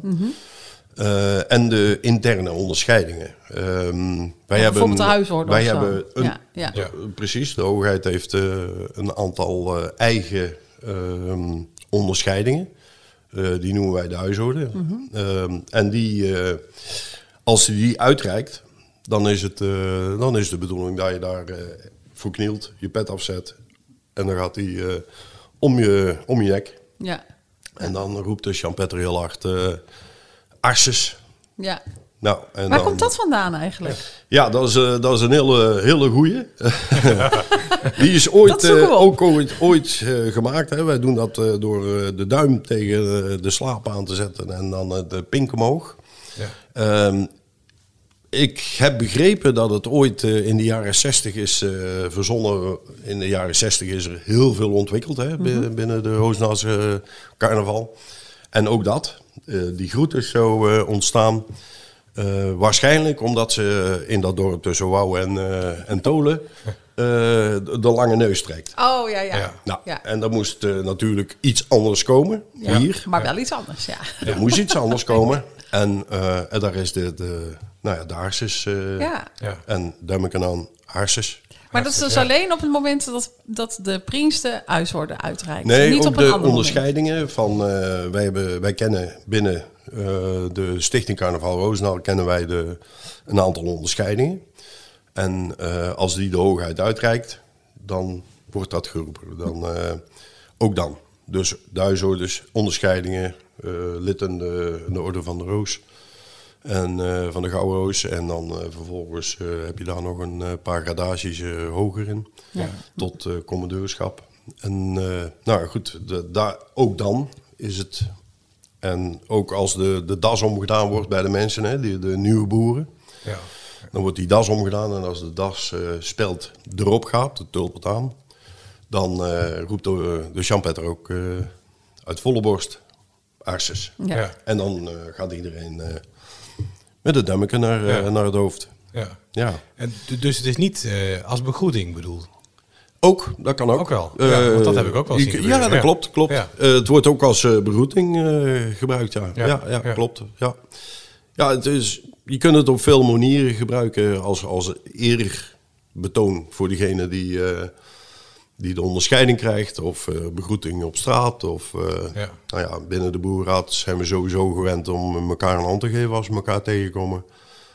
[SPEAKER 4] En de interne onderscheidingen.
[SPEAKER 2] Bijvoorbeeld de huisorde
[SPEAKER 4] Wij
[SPEAKER 2] of zo.
[SPEAKER 4] hebben een,
[SPEAKER 2] Ja.
[SPEAKER 4] precies, de Hoogheid heeft een aantal eigen onderscheidingen. Die noemen wij de huisorde. En die, als hij die uitreikt, dan is de bedoeling dat je daar voor knielt, je pet afzet. En dan gaat hij om je nek.
[SPEAKER 2] Ja.
[SPEAKER 4] En dan roept de Champetter heel hard Arses.
[SPEAKER 2] Ja.
[SPEAKER 4] Nou, en
[SPEAKER 2] Waar
[SPEAKER 4] dan,
[SPEAKER 2] komt dat vandaan eigenlijk?
[SPEAKER 4] Ja, dat is een hele goeie. Die is
[SPEAKER 2] Dat zoeken we op.
[SPEAKER 4] ooit gemaakt. Hè. Wij doen dat door de duim tegen de slaap aan te zetten en dan de pink omhoog.
[SPEAKER 3] Ja.
[SPEAKER 4] Ik heb begrepen dat het ooit in de jaren 60 is verzonnen. In de jaren 60 is er heel veel ontwikkeld hè, binnen de Roosnaalse carnaval. En ook dat, die groet is zo ontstaan. Waarschijnlijk omdat ze in dat dorp tussen Wouw en Tolen de lange neus trekt.
[SPEAKER 2] Oh, ja.
[SPEAKER 4] Nou,
[SPEAKER 2] Ja.
[SPEAKER 4] En dan moest natuurlijk iets anders komen
[SPEAKER 2] Ja,
[SPEAKER 4] hier.
[SPEAKER 2] maar wel iets anders, ja.
[SPEAKER 4] Er moest iets anders komen. En daar is de Harses
[SPEAKER 2] Ja.
[SPEAKER 4] en Demmeken aan Harses.
[SPEAKER 2] Maar dat is dus alleen op het moment dat de Prins de huisorde uitreikt.
[SPEAKER 4] Nee,
[SPEAKER 2] niet
[SPEAKER 4] ook
[SPEAKER 2] op een
[SPEAKER 4] de
[SPEAKER 2] ander
[SPEAKER 4] onderscheidingen van... wij kennen binnen de Stichting Carnaval Roosendaal kennen wij een aantal onderscheidingen. En als die de Hoogheid uitreikt, dan wordt dat geroepen. Ook dan. Dus de huisorders, onderscheidingen, lid in de Orde van de Roos en van de Gouden Roos. En dan vervolgens heb je daar nog een paar gradaties hoger in, tot commandeurschap. En nou goed, ook dan is het... En ook als de das omgedaan wordt bij de mensen, hè, de nieuwe boeren...
[SPEAKER 3] Ja.
[SPEAKER 4] Dan wordt die das omgedaan en als de das speld erop gaat, de tulpentaan, dan roept de Champetter ook uit volle borst Arses.
[SPEAKER 2] Ja.
[SPEAKER 3] Ja.
[SPEAKER 4] En dan gaat iedereen met het demmeken naar het hoofd.
[SPEAKER 3] Ja.
[SPEAKER 4] Ja.
[SPEAKER 3] En dus het is niet als begroeting bedoeld?
[SPEAKER 4] Ook, dat kan ook.
[SPEAKER 3] Ook wel. Ja, want dat heb ik ook wel zien gebeuren.
[SPEAKER 4] Ja, dat klopt.
[SPEAKER 3] Ja.
[SPEAKER 4] Het wordt ook als begroeting gebruikt, ja.
[SPEAKER 3] Ja.
[SPEAKER 4] Ja, klopt. Ja, ja het is... Je kunt het op veel manieren gebruiken als eerbetoon voor diegene die de onderscheiding krijgt. Of begroeting op straat. Of Nou ja, binnen de boerenraad zijn we sowieso gewend om elkaar een hand te geven als we elkaar tegenkomen.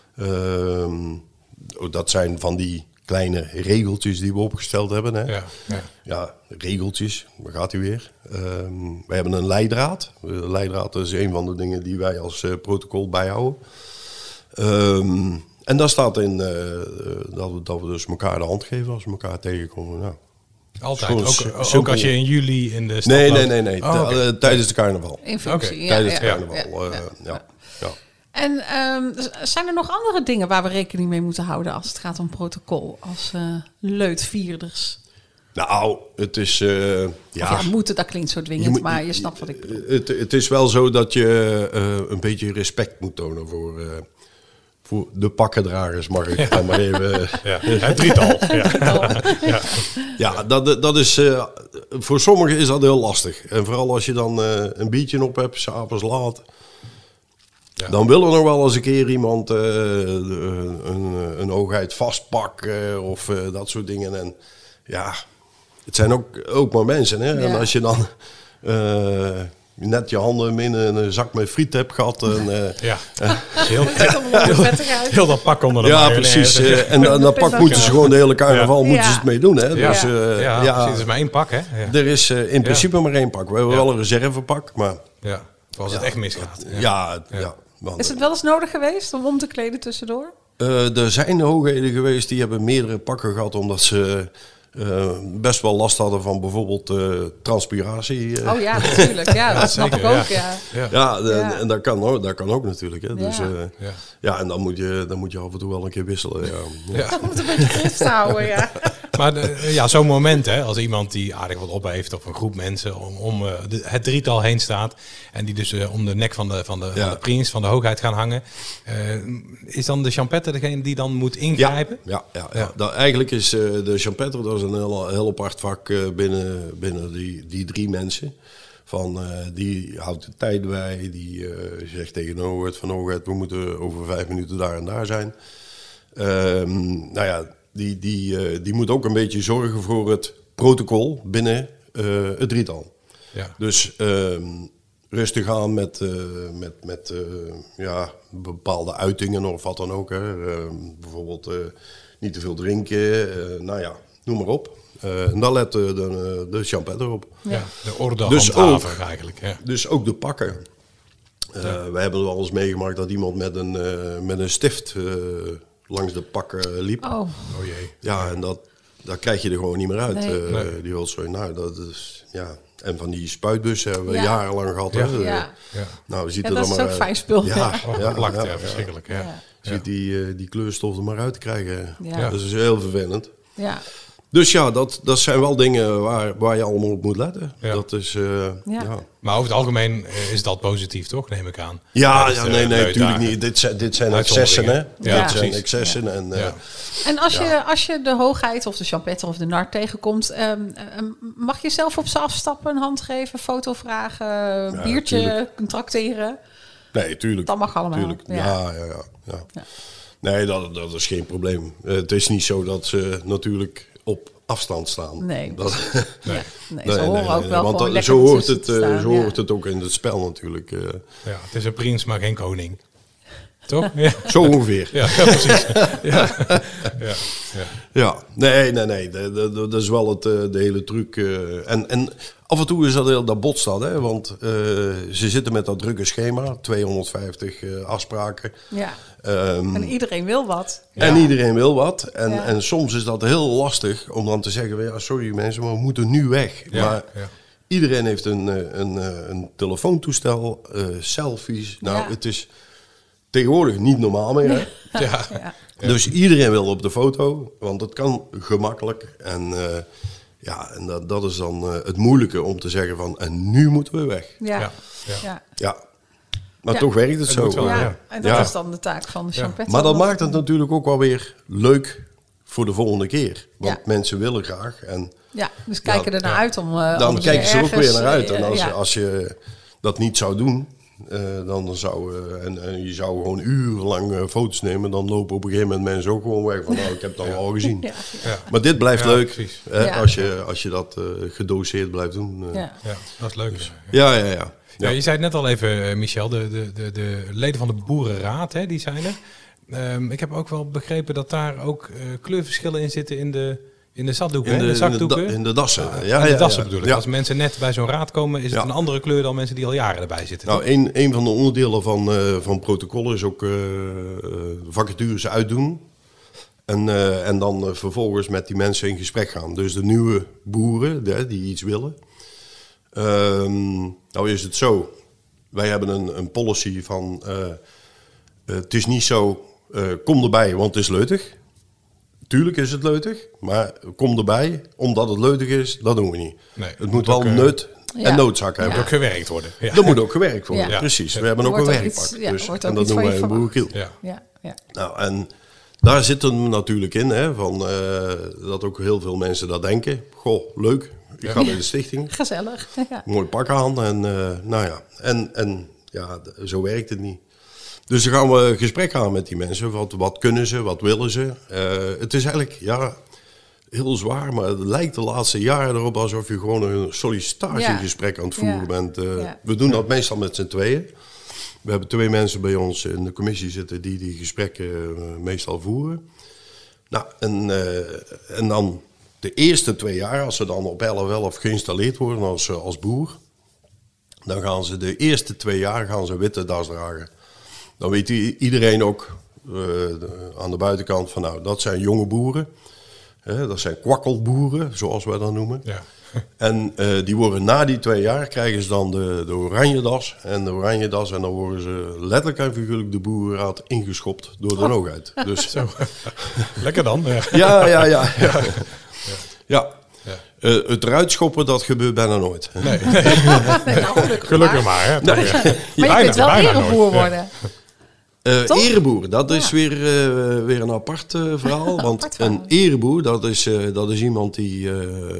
[SPEAKER 4] Dat zijn van die kleine regeltjes die we opgesteld hebben. Hè? Ja, regeltjes, daar gaat u weer. We hebben een leidraad. De leidraad is een van de dingen die wij als protocol bijhouden. En daar staat in dat we dus elkaar de hand geven als we elkaar tegenkomen. Nou,
[SPEAKER 3] Altijd? Ook als je in juli in de stad
[SPEAKER 4] Nee.
[SPEAKER 3] Oh, okay.
[SPEAKER 4] Tijdens de carnaval.
[SPEAKER 2] In functie, ja.
[SPEAKER 4] Tijdens de
[SPEAKER 2] ja,
[SPEAKER 4] carnaval,
[SPEAKER 2] ja.
[SPEAKER 4] ja.
[SPEAKER 2] En zijn er nog andere dingen waar we rekening mee moeten houden als het gaat om protocol, als leutvierders?
[SPEAKER 4] Nou, het is...
[SPEAKER 2] moeten, dat klinkt zo dwingend, maar je snapt wat ik bedoel.
[SPEAKER 4] Het is wel zo dat je een beetje respect moet tonen voor de pakkendragers, mag ik dan maar even...
[SPEAKER 3] Het drietal.
[SPEAKER 4] Ja, dat is... voor sommigen is dat heel lastig. En vooral als je dan een biertje op hebt, 's avonds laat... Ja. Dan wil er nog wel eens een keer iemand een hoogheid vastpakken of dat soort dingen. En ja, het zijn ook maar mensen. Hè?
[SPEAKER 2] Ja.
[SPEAKER 4] En als je dan net je handen in een zak met friet hebt gehad. En,
[SPEAKER 3] Ja. Heel,
[SPEAKER 2] Vettig uit.
[SPEAKER 3] heel dat pak onder de
[SPEAKER 4] ja,
[SPEAKER 3] mayonaise.
[SPEAKER 4] precies. En dat pak moeten ze gewoon de hele carnaval
[SPEAKER 2] Ja.
[SPEAKER 4] moeten ze het mee doen. Hè?
[SPEAKER 3] Ja,
[SPEAKER 4] Dus,
[SPEAKER 3] precies. Het is maar 1 pak, hè? Ja.
[SPEAKER 4] er is in principe maar 1 pak. We hebben wel een reservepak, maar
[SPEAKER 3] Ja. Als het echt misgaat.
[SPEAKER 4] ja. Want,
[SPEAKER 2] Is het wel eens nodig geweest om te kleden tussendoor?
[SPEAKER 4] er zijn hoogheden geweest die hebben meerdere pakken gehad omdat ze best wel last hadden van bijvoorbeeld transpiratie.
[SPEAKER 2] Oh ja, natuurlijk. Ja, dat snap ik
[SPEAKER 3] zeker,
[SPEAKER 2] ook. Ja.
[SPEAKER 3] Ja.
[SPEAKER 4] En dat kan ook natuurlijk. Hè. Dus,
[SPEAKER 3] Ja.
[SPEAKER 4] en dan moet je af en toe wel een keer wisselen. Ja.
[SPEAKER 3] Ja.
[SPEAKER 2] Dat moet een beetje grip houden, ja.
[SPEAKER 3] Maar zo'n moment, hè, als iemand die aardig wat op heeft of een groep mensen om het drietal heen staat en die dus om de nek van de prins, van de hoogheid gaan hangen, is dan de champetter degene die dan moet ingrijpen?
[SPEAKER 4] Ja. Eigenlijk is de champetter, dat is een heel apart vak binnen die 3 mensen. Die houdt de tijd bij, die zegt tegen de hoogheid van hoogheid, we moeten over 5 minuten daar en daar zijn. Die moet ook een beetje zorgen voor het protocol binnen het drietal.
[SPEAKER 3] Ja.
[SPEAKER 4] Dus rustig aan met bepaalde uitingen of wat dan ook. Hè. Bijvoorbeeld niet te veel drinken, noem maar op. En daar let de champetter op.
[SPEAKER 3] Ja, de orde
[SPEAKER 4] Dus
[SPEAKER 3] handhaver eigenlijk. Ja.
[SPEAKER 4] Dus ook de pakken. We hebben wel eens meegemaakt dat iemand met een stift langs de pakken liep.
[SPEAKER 2] Oh,
[SPEAKER 3] Oh jee.
[SPEAKER 4] Ja, en daar krijg je er gewoon niet meer uit.
[SPEAKER 2] Nee.
[SPEAKER 4] Die rotzooi. Nou, dat is, ja. En van die spuitbussen hebben we
[SPEAKER 2] Ja.
[SPEAKER 4] jarenlang gehad.
[SPEAKER 3] Ja.
[SPEAKER 4] Hè.
[SPEAKER 2] ja.
[SPEAKER 3] Ja.
[SPEAKER 4] Nou, we
[SPEAKER 2] Ja,
[SPEAKER 4] zitten
[SPEAKER 2] dat
[SPEAKER 4] er
[SPEAKER 2] is
[SPEAKER 4] maar
[SPEAKER 2] ook fijn spul.
[SPEAKER 4] Ja,
[SPEAKER 3] Plakt,
[SPEAKER 4] ja.
[SPEAKER 3] verschrikkelijk. Ja.
[SPEAKER 2] Ja.
[SPEAKER 4] Ziet die kleurstof er maar uit te krijgen.
[SPEAKER 2] Ja.
[SPEAKER 4] Dat is heel vervelend.
[SPEAKER 2] Ja.
[SPEAKER 4] Dus ja, dat zijn wel dingen waar je allemaal op moet letten.
[SPEAKER 3] Ja.
[SPEAKER 4] Dat is, ja.
[SPEAKER 3] Maar over het algemeen is dat positief, toch? Neem ik aan.
[SPEAKER 4] Ja,
[SPEAKER 3] Tijdens de
[SPEAKER 4] nee, natuurlijk
[SPEAKER 3] uitdagen.
[SPEAKER 4] niet. Dit zijn excessen, hè?
[SPEAKER 3] Ja,
[SPEAKER 4] Dit zijn
[SPEAKER 3] precies.
[SPEAKER 4] excessen. En,
[SPEAKER 3] Ja.
[SPEAKER 2] En als je de hoogheid of de champetter of de nar tegenkomt, mag je zelf op ze afstappen, een hand geven, foto vragen, biertje,
[SPEAKER 4] tuurlijk.
[SPEAKER 2] tracteren?
[SPEAKER 4] Nee, tuurlijk.
[SPEAKER 2] Dat mag allemaal.
[SPEAKER 4] Tuurlijk.
[SPEAKER 2] Ja.
[SPEAKER 4] Ja.
[SPEAKER 2] Ja.
[SPEAKER 4] Nee, dat is geen probleem. Het is niet zo dat ze natuurlijk op afstand staan.
[SPEAKER 2] Nee.
[SPEAKER 4] Dat,
[SPEAKER 2] Nee, ze horen ook wel
[SPEAKER 4] want
[SPEAKER 2] gewoon lekker
[SPEAKER 4] zo hoort
[SPEAKER 2] tussen te staan,
[SPEAKER 4] zo
[SPEAKER 2] ja.
[SPEAKER 4] hoort het ook in het spel natuurlijk.
[SPEAKER 3] Ja, het is een prins, maar geen koning. Toch? Ja,
[SPEAKER 4] Zo ongeveer.
[SPEAKER 3] ja, precies. Ja.
[SPEAKER 4] Ja, nee. Dat is wel de hele truc. En af en toe is dat botst dat, hè? Want ze zitten met dat drukke schema, 250 afspraken.
[SPEAKER 2] Ja.
[SPEAKER 4] Ehm,
[SPEAKER 2] En iedereen wil wat.
[SPEAKER 4] En iedereen wil wat.
[SPEAKER 2] Ja.
[SPEAKER 4] En soms is dat heel lastig om dan te zeggen, ja, sorry mensen, maar we moeten nu weg.
[SPEAKER 3] Ja,
[SPEAKER 4] Maar
[SPEAKER 3] ja.
[SPEAKER 4] iedereen heeft een telefoontoestel, selfies. Nou,
[SPEAKER 2] Ja.
[SPEAKER 4] het is tegenwoordig niet normaal meer. Hè?
[SPEAKER 3] Ja.
[SPEAKER 2] Ja.
[SPEAKER 4] Dus iedereen wil op de foto, want het kan gemakkelijk. En dat is dan het moeilijke om te zeggen van, en nu moeten we weg.
[SPEAKER 2] Ja.
[SPEAKER 3] Ja.
[SPEAKER 2] Ja.
[SPEAKER 4] Ja, maar
[SPEAKER 2] Ja.
[SPEAKER 4] toch werkt het
[SPEAKER 3] Het
[SPEAKER 4] zo.
[SPEAKER 3] moet wel,
[SPEAKER 2] Ja.
[SPEAKER 3] ja.
[SPEAKER 2] En dat
[SPEAKER 4] Ja.
[SPEAKER 2] is dan de taak van de
[SPEAKER 3] Ja.
[SPEAKER 2] champetter.
[SPEAKER 4] Maar dat
[SPEAKER 2] om
[SPEAKER 4] maakt het natuurlijk ook wel weer leuk voor de volgende keer. Want
[SPEAKER 2] Ja.
[SPEAKER 4] mensen willen graag. En
[SPEAKER 2] Ja, dus kijken er naar
[SPEAKER 3] ja.
[SPEAKER 2] uit om...
[SPEAKER 4] dan
[SPEAKER 2] om
[SPEAKER 4] kijken ze er ook
[SPEAKER 2] ergens,
[SPEAKER 4] weer naar uit. En
[SPEAKER 2] ja.
[SPEAKER 4] als je dat niet zou doen, dan zou en je zou gewoon urenlang foto's nemen, dan lopen op een gegeven moment mensen ook gewoon weg van, nou, ik heb het al gezien.
[SPEAKER 2] Ja.
[SPEAKER 3] Ja.
[SPEAKER 4] Maar dit blijft
[SPEAKER 3] Ja,
[SPEAKER 4] leuk,
[SPEAKER 3] precies.
[SPEAKER 4] hè,
[SPEAKER 2] Ja.
[SPEAKER 4] als je dat gedoseerd blijft doen.
[SPEAKER 2] Ja.
[SPEAKER 3] Ja, dat is leuk.
[SPEAKER 4] Ja.
[SPEAKER 3] Ja, je zei het net al even, Michel, de leden van de Boerenraad, hè, die zijn er. Ik heb ook wel begrepen dat daar ook kleurverschillen in zitten in de zakdoeken. In de zakdoeken.
[SPEAKER 4] In de dassen.
[SPEAKER 3] In de dassen bedoel ik.
[SPEAKER 4] Ja.
[SPEAKER 3] Als mensen net bij zo'n raad komen, is het
[SPEAKER 4] Ja.
[SPEAKER 3] een andere kleur dan mensen die al jaren erbij zitten.
[SPEAKER 4] Nou, een van de onderdelen van protocollen is ook vacatures uitdoen. En dan vervolgens met die mensen in gesprek gaan. Dus de nieuwe boeren die iets willen. Nou is het zo. Wij hebben een policy van... het is niet zo... kom erbij, want het is leutig. Tuurlijk is het leutig. Maar kom erbij, omdat het leutig is, dat doen we niet.
[SPEAKER 3] Nee,
[SPEAKER 4] het moet wel nut
[SPEAKER 2] Ja.
[SPEAKER 4] en noodzaak hebben.
[SPEAKER 3] Moet ook gewerkt worden. Ja.
[SPEAKER 4] Er moet ook gewerkt worden,
[SPEAKER 2] Ja.
[SPEAKER 4] precies.
[SPEAKER 3] Ja.
[SPEAKER 4] We hebben ook
[SPEAKER 2] Wordt
[SPEAKER 4] een
[SPEAKER 2] ook
[SPEAKER 4] werkpak.
[SPEAKER 2] iets- ja,
[SPEAKER 4] Dus,
[SPEAKER 2] wordt
[SPEAKER 4] en
[SPEAKER 2] ook
[SPEAKER 4] dat
[SPEAKER 2] iets
[SPEAKER 4] noemen
[SPEAKER 2] van
[SPEAKER 4] wij
[SPEAKER 2] je
[SPEAKER 4] een boerenkiel.
[SPEAKER 3] Ja.
[SPEAKER 2] Ja.
[SPEAKER 4] Nou, en daar zit hem natuurlijk in, hè, van, dat ook heel veel mensen dat denken. Goh, leuk, ik ga bij de stichting.
[SPEAKER 2] Gezellig. Ja.
[SPEAKER 4] Mooi pak aan en zo werkt het niet. Dus dan gaan we gesprek aan met die mensen. Wat kunnen ze, wat willen ze? Het is eigenlijk, heel zwaar, maar het lijkt de laatste jaren erop alsof je gewoon een sollicitatiegesprek aan het voeren bent. We doen dat meestal met z'n tweeën. We hebben 2 mensen bij ons in de commissie zitten die gesprekken meestal voeren. Nou, en dan de eerste 2 jaar, als ze dan op 11 geïnstalleerd worden als boer, dan gaan ze de eerste 2 jaar witte das dragen. Dan weet iedereen ook aan de buitenkant van, nou, dat zijn jonge boeren. Dat zijn kwakkelboeren, zoals wij dat noemen. Ja. En die worden na die 2 jaar, krijgen ze dan de oranje das. En de oranje das, en dan worden ze letterlijk en figuurlijk de boerenraad ingeschopt door de hoogheid. Dus
[SPEAKER 3] zo. Lekker dan.
[SPEAKER 4] Ja. Het eruit schoppen, dat gebeurt bijna nooit.
[SPEAKER 3] Nee.
[SPEAKER 2] Nou,
[SPEAKER 3] gelukkig maar. Hè,
[SPEAKER 2] maar je kunt wel ereboer worden.
[SPEAKER 4] Ereboer, dat is weer een apart verhaal. Want een ereboer, dat is iemand die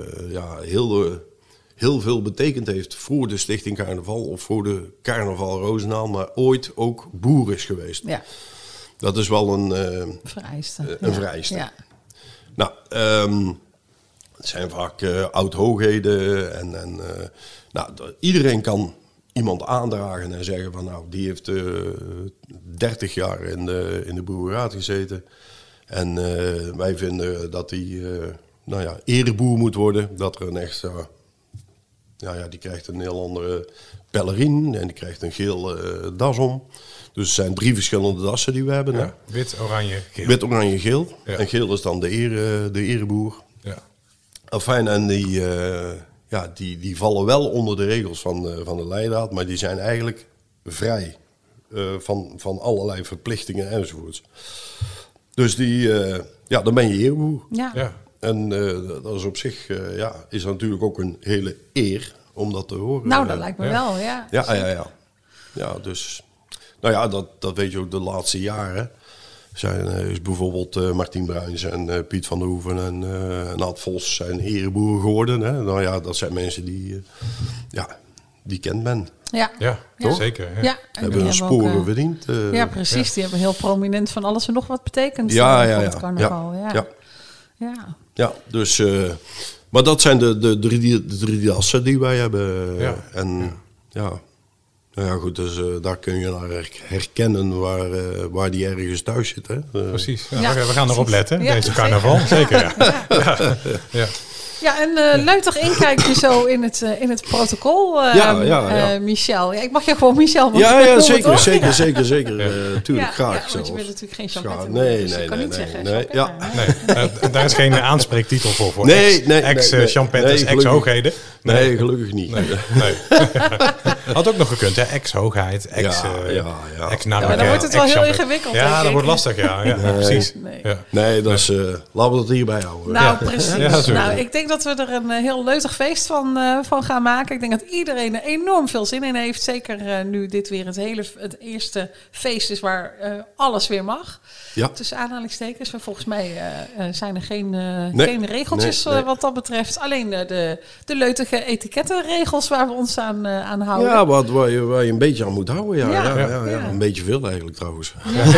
[SPEAKER 4] heel veel betekend heeft voor de Stichting Carnaval of voor de Carnaval Roosendaal, maar ooit ook boer is geweest. Ja. Dat is wel een vereiste. Een vereiste. Ja. Nou, het zijn vaak oud-hoogheden en iedereen kan iemand aandragen en zeggen van, nou, die heeft 30 jaar in de boerenraad gezeten. En wij vinden dat die ereboer moet worden. Dat er een echt, die krijgt een heel andere pellerin en die krijgt een geel das om. Dus het zijn 3 verschillende dassen die we hebben. Ja,
[SPEAKER 3] wit, oranje, geel.
[SPEAKER 4] Wit, oranje, geel. Ja. En geel is dan de ereboer. Ja. Enfin, en die vallen wel onder de regels van de leidraad, maar die zijn eigenlijk vrij van allerlei verplichtingen enzovoorts. Dus dan ben je ereboer. Ja. En dat is op zich is natuurlijk ook een hele eer om dat te horen.
[SPEAKER 2] Nou, dat lijkt me wel, ja.
[SPEAKER 4] Ja, dus dat weet je ook de laatste jaren. Is bijvoorbeeld Martien Bruins en Piet van der Hoeven en Ad Vos zijn ereboer geworden. Hè? Nou ja, dat zijn mensen die kent men.
[SPEAKER 3] Ja, toch? Zeker. Ja.
[SPEAKER 4] Hebben hun sporen verdiend.
[SPEAKER 2] Ja, precies. Die hebben heel prominent van alles en nog wat betekend voor het carnaval.
[SPEAKER 4] Ja, dus... maar dat zijn de 3 dassen die wij hebben. Ja. En Nou ja, goed, dus daar kun je naar herkennen waar die ergens thuis zit. Hè?
[SPEAKER 3] Precies, we gaan erop letten, deze carnaval. Zeker,
[SPEAKER 2] Ja, en leuk toch inkijkje zo in het protocol, Michel. Ja, ik mag je gewoon Michel
[SPEAKER 4] noemen, zeker. Tuurlijk, graag.
[SPEAKER 2] Want je bent natuurlijk geen champette.
[SPEAKER 4] Nee.
[SPEAKER 2] kan niet zeggen.
[SPEAKER 3] Nee, daar is geen aanspreektitel voor.
[SPEAKER 4] Nee.
[SPEAKER 3] Ex-champettes, ex-hoogheden.
[SPEAKER 4] Nee, gelukkig niet.
[SPEAKER 3] Nee. Had ook nog gekund, hè? Ex-hoogheid, ex-narke.
[SPEAKER 2] Maar dan wordt het wel heel ingewikkeld.
[SPEAKER 3] Ja, dat wordt lastig, precies.
[SPEAKER 4] Nee, dus laten we dat hierbij houden.
[SPEAKER 2] Nou, precies. Nou, ik denk dat we er een heel leutig feest van gaan maken. Ik denk dat iedereen er enorm veel zin in heeft. Zeker nu dit weer het eerste feest is waar alles weer mag. Ja. Tussen aanhalingstekens. Maar volgens mij zijn er geen regeltjes wat dat betreft. Alleen de leutige etikettenregels waar we ons aan houden.
[SPEAKER 4] Ja, waar je een beetje aan moet houden. Ja. Een beetje veel eigenlijk trouwens.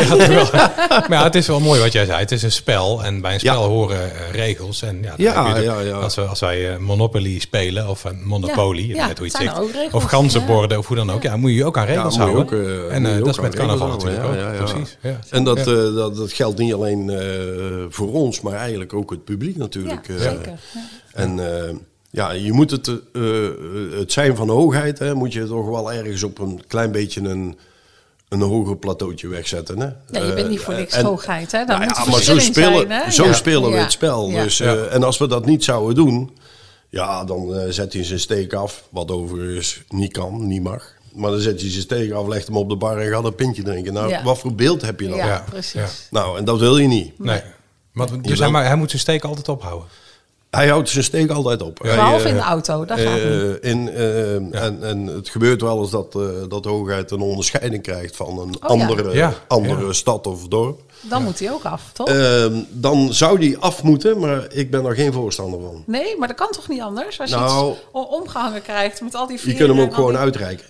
[SPEAKER 3] Maar het is wel mooi wat jij zei. Het is een spel en bij een spel horen regels. En als wij Monopoly spelen of Monopoly, net hoe je het zegt, of ganzenborden of hoe dan ook, moet je je ook aan regels houden. En dat is met carnaval natuurlijk ook. Precies.
[SPEAKER 4] En dat geldt niet alleen voor ons, maar eigenlijk ook het publiek natuurlijk.
[SPEAKER 2] Zeker.
[SPEAKER 4] En je moet het zijn van hoogheid, moet je toch wel ergens op een klein beetje een hoger plateautje wegzetten. Hè?
[SPEAKER 2] Ja, je bent niet voor niks hoogheid, hè?
[SPEAKER 4] Maar zo spelen we het spel. Ja. Dus, en als we dat niet zouden doen, dan zet hij zijn steek af. Wat overigens niet mag. Maar dan zet hij zijn steek af, legt hem op de bar en gaat een pintje drinken. Nou, wat voor beeld heb je dan?
[SPEAKER 2] Ja, precies.
[SPEAKER 4] Nou, en dat wil je niet.
[SPEAKER 3] Nee. Dus hij moet zijn steek altijd ophouden?
[SPEAKER 4] Hij houdt zijn steek altijd op.
[SPEAKER 2] Behalve in de auto, dat gaat niet.
[SPEAKER 4] En het gebeurt wel eens dat de hoogheid een onderscheiding krijgt van een andere stad of dorp.
[SPEAKER 2] Dan moet hij ook af, toch?
[SPEAKER 4] Dan zou die af moeten, maar ik ben er geen voorstander van.
[SPEAKER 2] Nee, maar dat kan toch niet anders? Als je iets omgehangen krijgt met al die veren.
[SPEAKER 4] Je kunt hem ook gewoon uitreiken.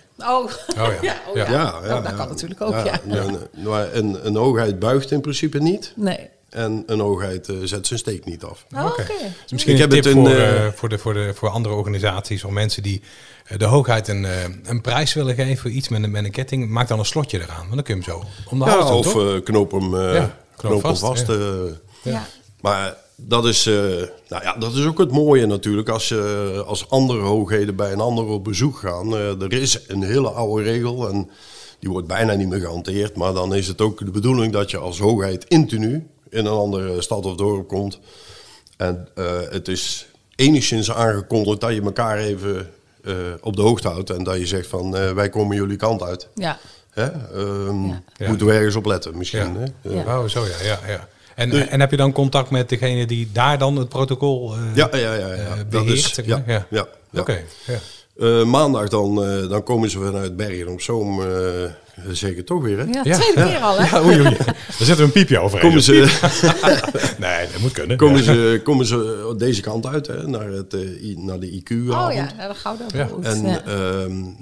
[SPEAKER 2] Dat kan natuurlijk ook,
[SPEAKER 4] Een hoogheid buigt in principe niet.
[SPEAKER 2] Nee.
[SPEAKER 4] En een hoogheid zet zijn steek niet af.
[SPEAKER 2] Oh, oké.
[SPEAKER 3] Dus misschien
[SPEAKER 4] Ik
[SPEAKER 3] een
[SPEAKER 4] heb
[SPEAKER 3] tip
[SPEAKER 4] het
[SPEAKER 3] voor andere organisaties of mensen die de hoogheid een prijs willen geven, iets met een ketting, maak dan een slotje eraan. Want dan kun je hem zo om de hals doen, toch?
[SPEAKER 4] Of knoop hem vast.
[SPEAKER 2] Ja.
[SPEAKER 4] Maar dat is, dat is ook het mooie natuurlijk. Als andere hoogheden bij een ander op bezoek gaan. Er is een hele oude regel en die wordt bijna niet meer gehanteerd. Maar dan is het ook de bedoeling dat je als hoogheid intenu in een andere stad of dorp komt. En het is enigszins aangekondigd dat je elkaar even op de hoogte houdt. En dat je zegt van wij komen jullie kant uit.
[SPEAKER 2] Ja.
[SPEAKER 4] Hè? Moeten we ergens op letten misschien. Hè?
[SPEAKER 3] Oh, zo ja. En heb je dan contact met degene die daar dan het protocol beheert? Zeg maar?
[SPEAKER 4] Ja.
[SPEAKER 3] Oké.
[SPEAKER 4] Maandag dan komen ze vanuit Bergen op Zoom. Zeker toch weer, hè?
[SPEAKER 2] Ja, tweede keer al, hè?
[SPEAKER 3] Ja, oei. Daar zetten we een piepje over.
[SPEAKER 4] Komen ze,
[SPEAKER 3] nee, dat moet kunnen.
[SPEAKER 4] komen ze deze kant uit, hè? Naar de IQ-avond.
[SPEAKER 2] Oh ja, naar de Gouden Boot.
[SPEAKER 4] En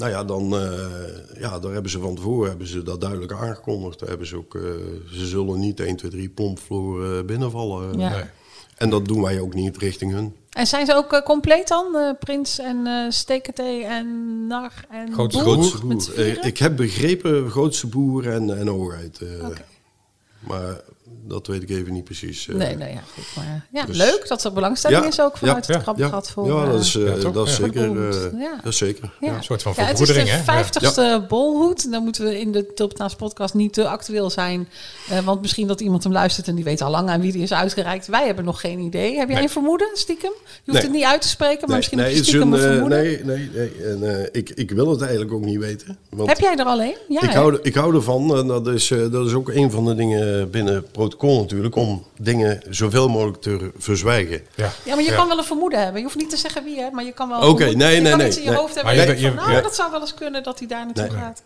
[SPEAKER 4] daar hebben ze van tevoren dat duidelijk aangekondigd. Daar hebben ze ook, ze zullen niet 1, 2, 3 plompvloer binnenvallen.
[SPEAKER 2] Ja.
[SPEAKER 4] Nee. En dat doen wij ook niet richting hun.
[SPEAKER 2] En zijn ze ook compleet dan? Prins en Steketee en Nar en
[SPEAKER 3] Grootste
[SPEAKER 2] Boer?
[SPEAKER 3] boer.
[SPEAKER 2] Met z'n vieren?
[SPEAKER 4] Ik heb begrepen grootste boer en hoogheid.
[SPEAKER 2] Oké.
[SPEAKER 4] Maar dat weet ik even niet precies.
[SPEAKER 2] Nee, ja, goed. Maar ja,
[SPEAKER 4] Dus-
[SPEAKER 2] leuk dat er belangstelling is ook vanuit het
[SPEAKER 3] ja,
[SPEAKER 2] Grappengat voor.
[SPEAKER 4] Ja, dat is
[SPEAKER 3] toch?
[SPEAKER 4] zeker.
[SPEAKER 2] Ja.
[SPEAKER 4] Dat is zeker.
[SPEAKER 2] Ja.
[SPEAKER 3] Een soort van
[SPEAKER 2] Ja, het is
[SPEAKER 3] verbroedering,
[SPEAKER 2] de
[SPEAKER 3] hè?
[SPEAKER 2] 50ste bolhoed. Dan moeten we in de Tulpentaans podcast niet te actueel zijn. Want misschien dat iemand hem luistert en die weet al lang aan wie die is uitgereikt. Wij hebben nog geen idee. Heb jij een vermoeden, stiekem? Je hoeft het niet uit te spreken, maar misschien heb je stiekem een vermoeden.
[SPEAKER 4] Nee. En, ik wil het eigenlijk ook niet weten. Want
[SPEAKER 2] Heb jij er al een? Ja,
[SPEAKER 4] ik hou ervan. En dat is ook een van de dingen binnen het protocol natuurlijk. Om dingen zoveel mogelijk te verzwijgen.
[SPEAKER 3] Ja.
[SPEAKER 2] Ja, maar je kan wel een vermoeden hebben. Je hoeft niet te zeggen wie, hè, maar je kan wel.
[SPEAKER 4] Oké,
[SPEAKER 2] je
[SPEAKER 4] nee,
[SPEAKER 2] kan
[SPEAKER 4] nee,
[SPEAKER 2] iets in je
[SPEAKER 4] nee.
[SPEAKER 2] hoofd hebben.
[SPEAKER 3] Maar
[SPEAKER 2] En je denkt van,
[SPEAKER 3] ja.
[SPEAKER 2] dat zou wel eens kunnen dat hij daar naartoe gaat.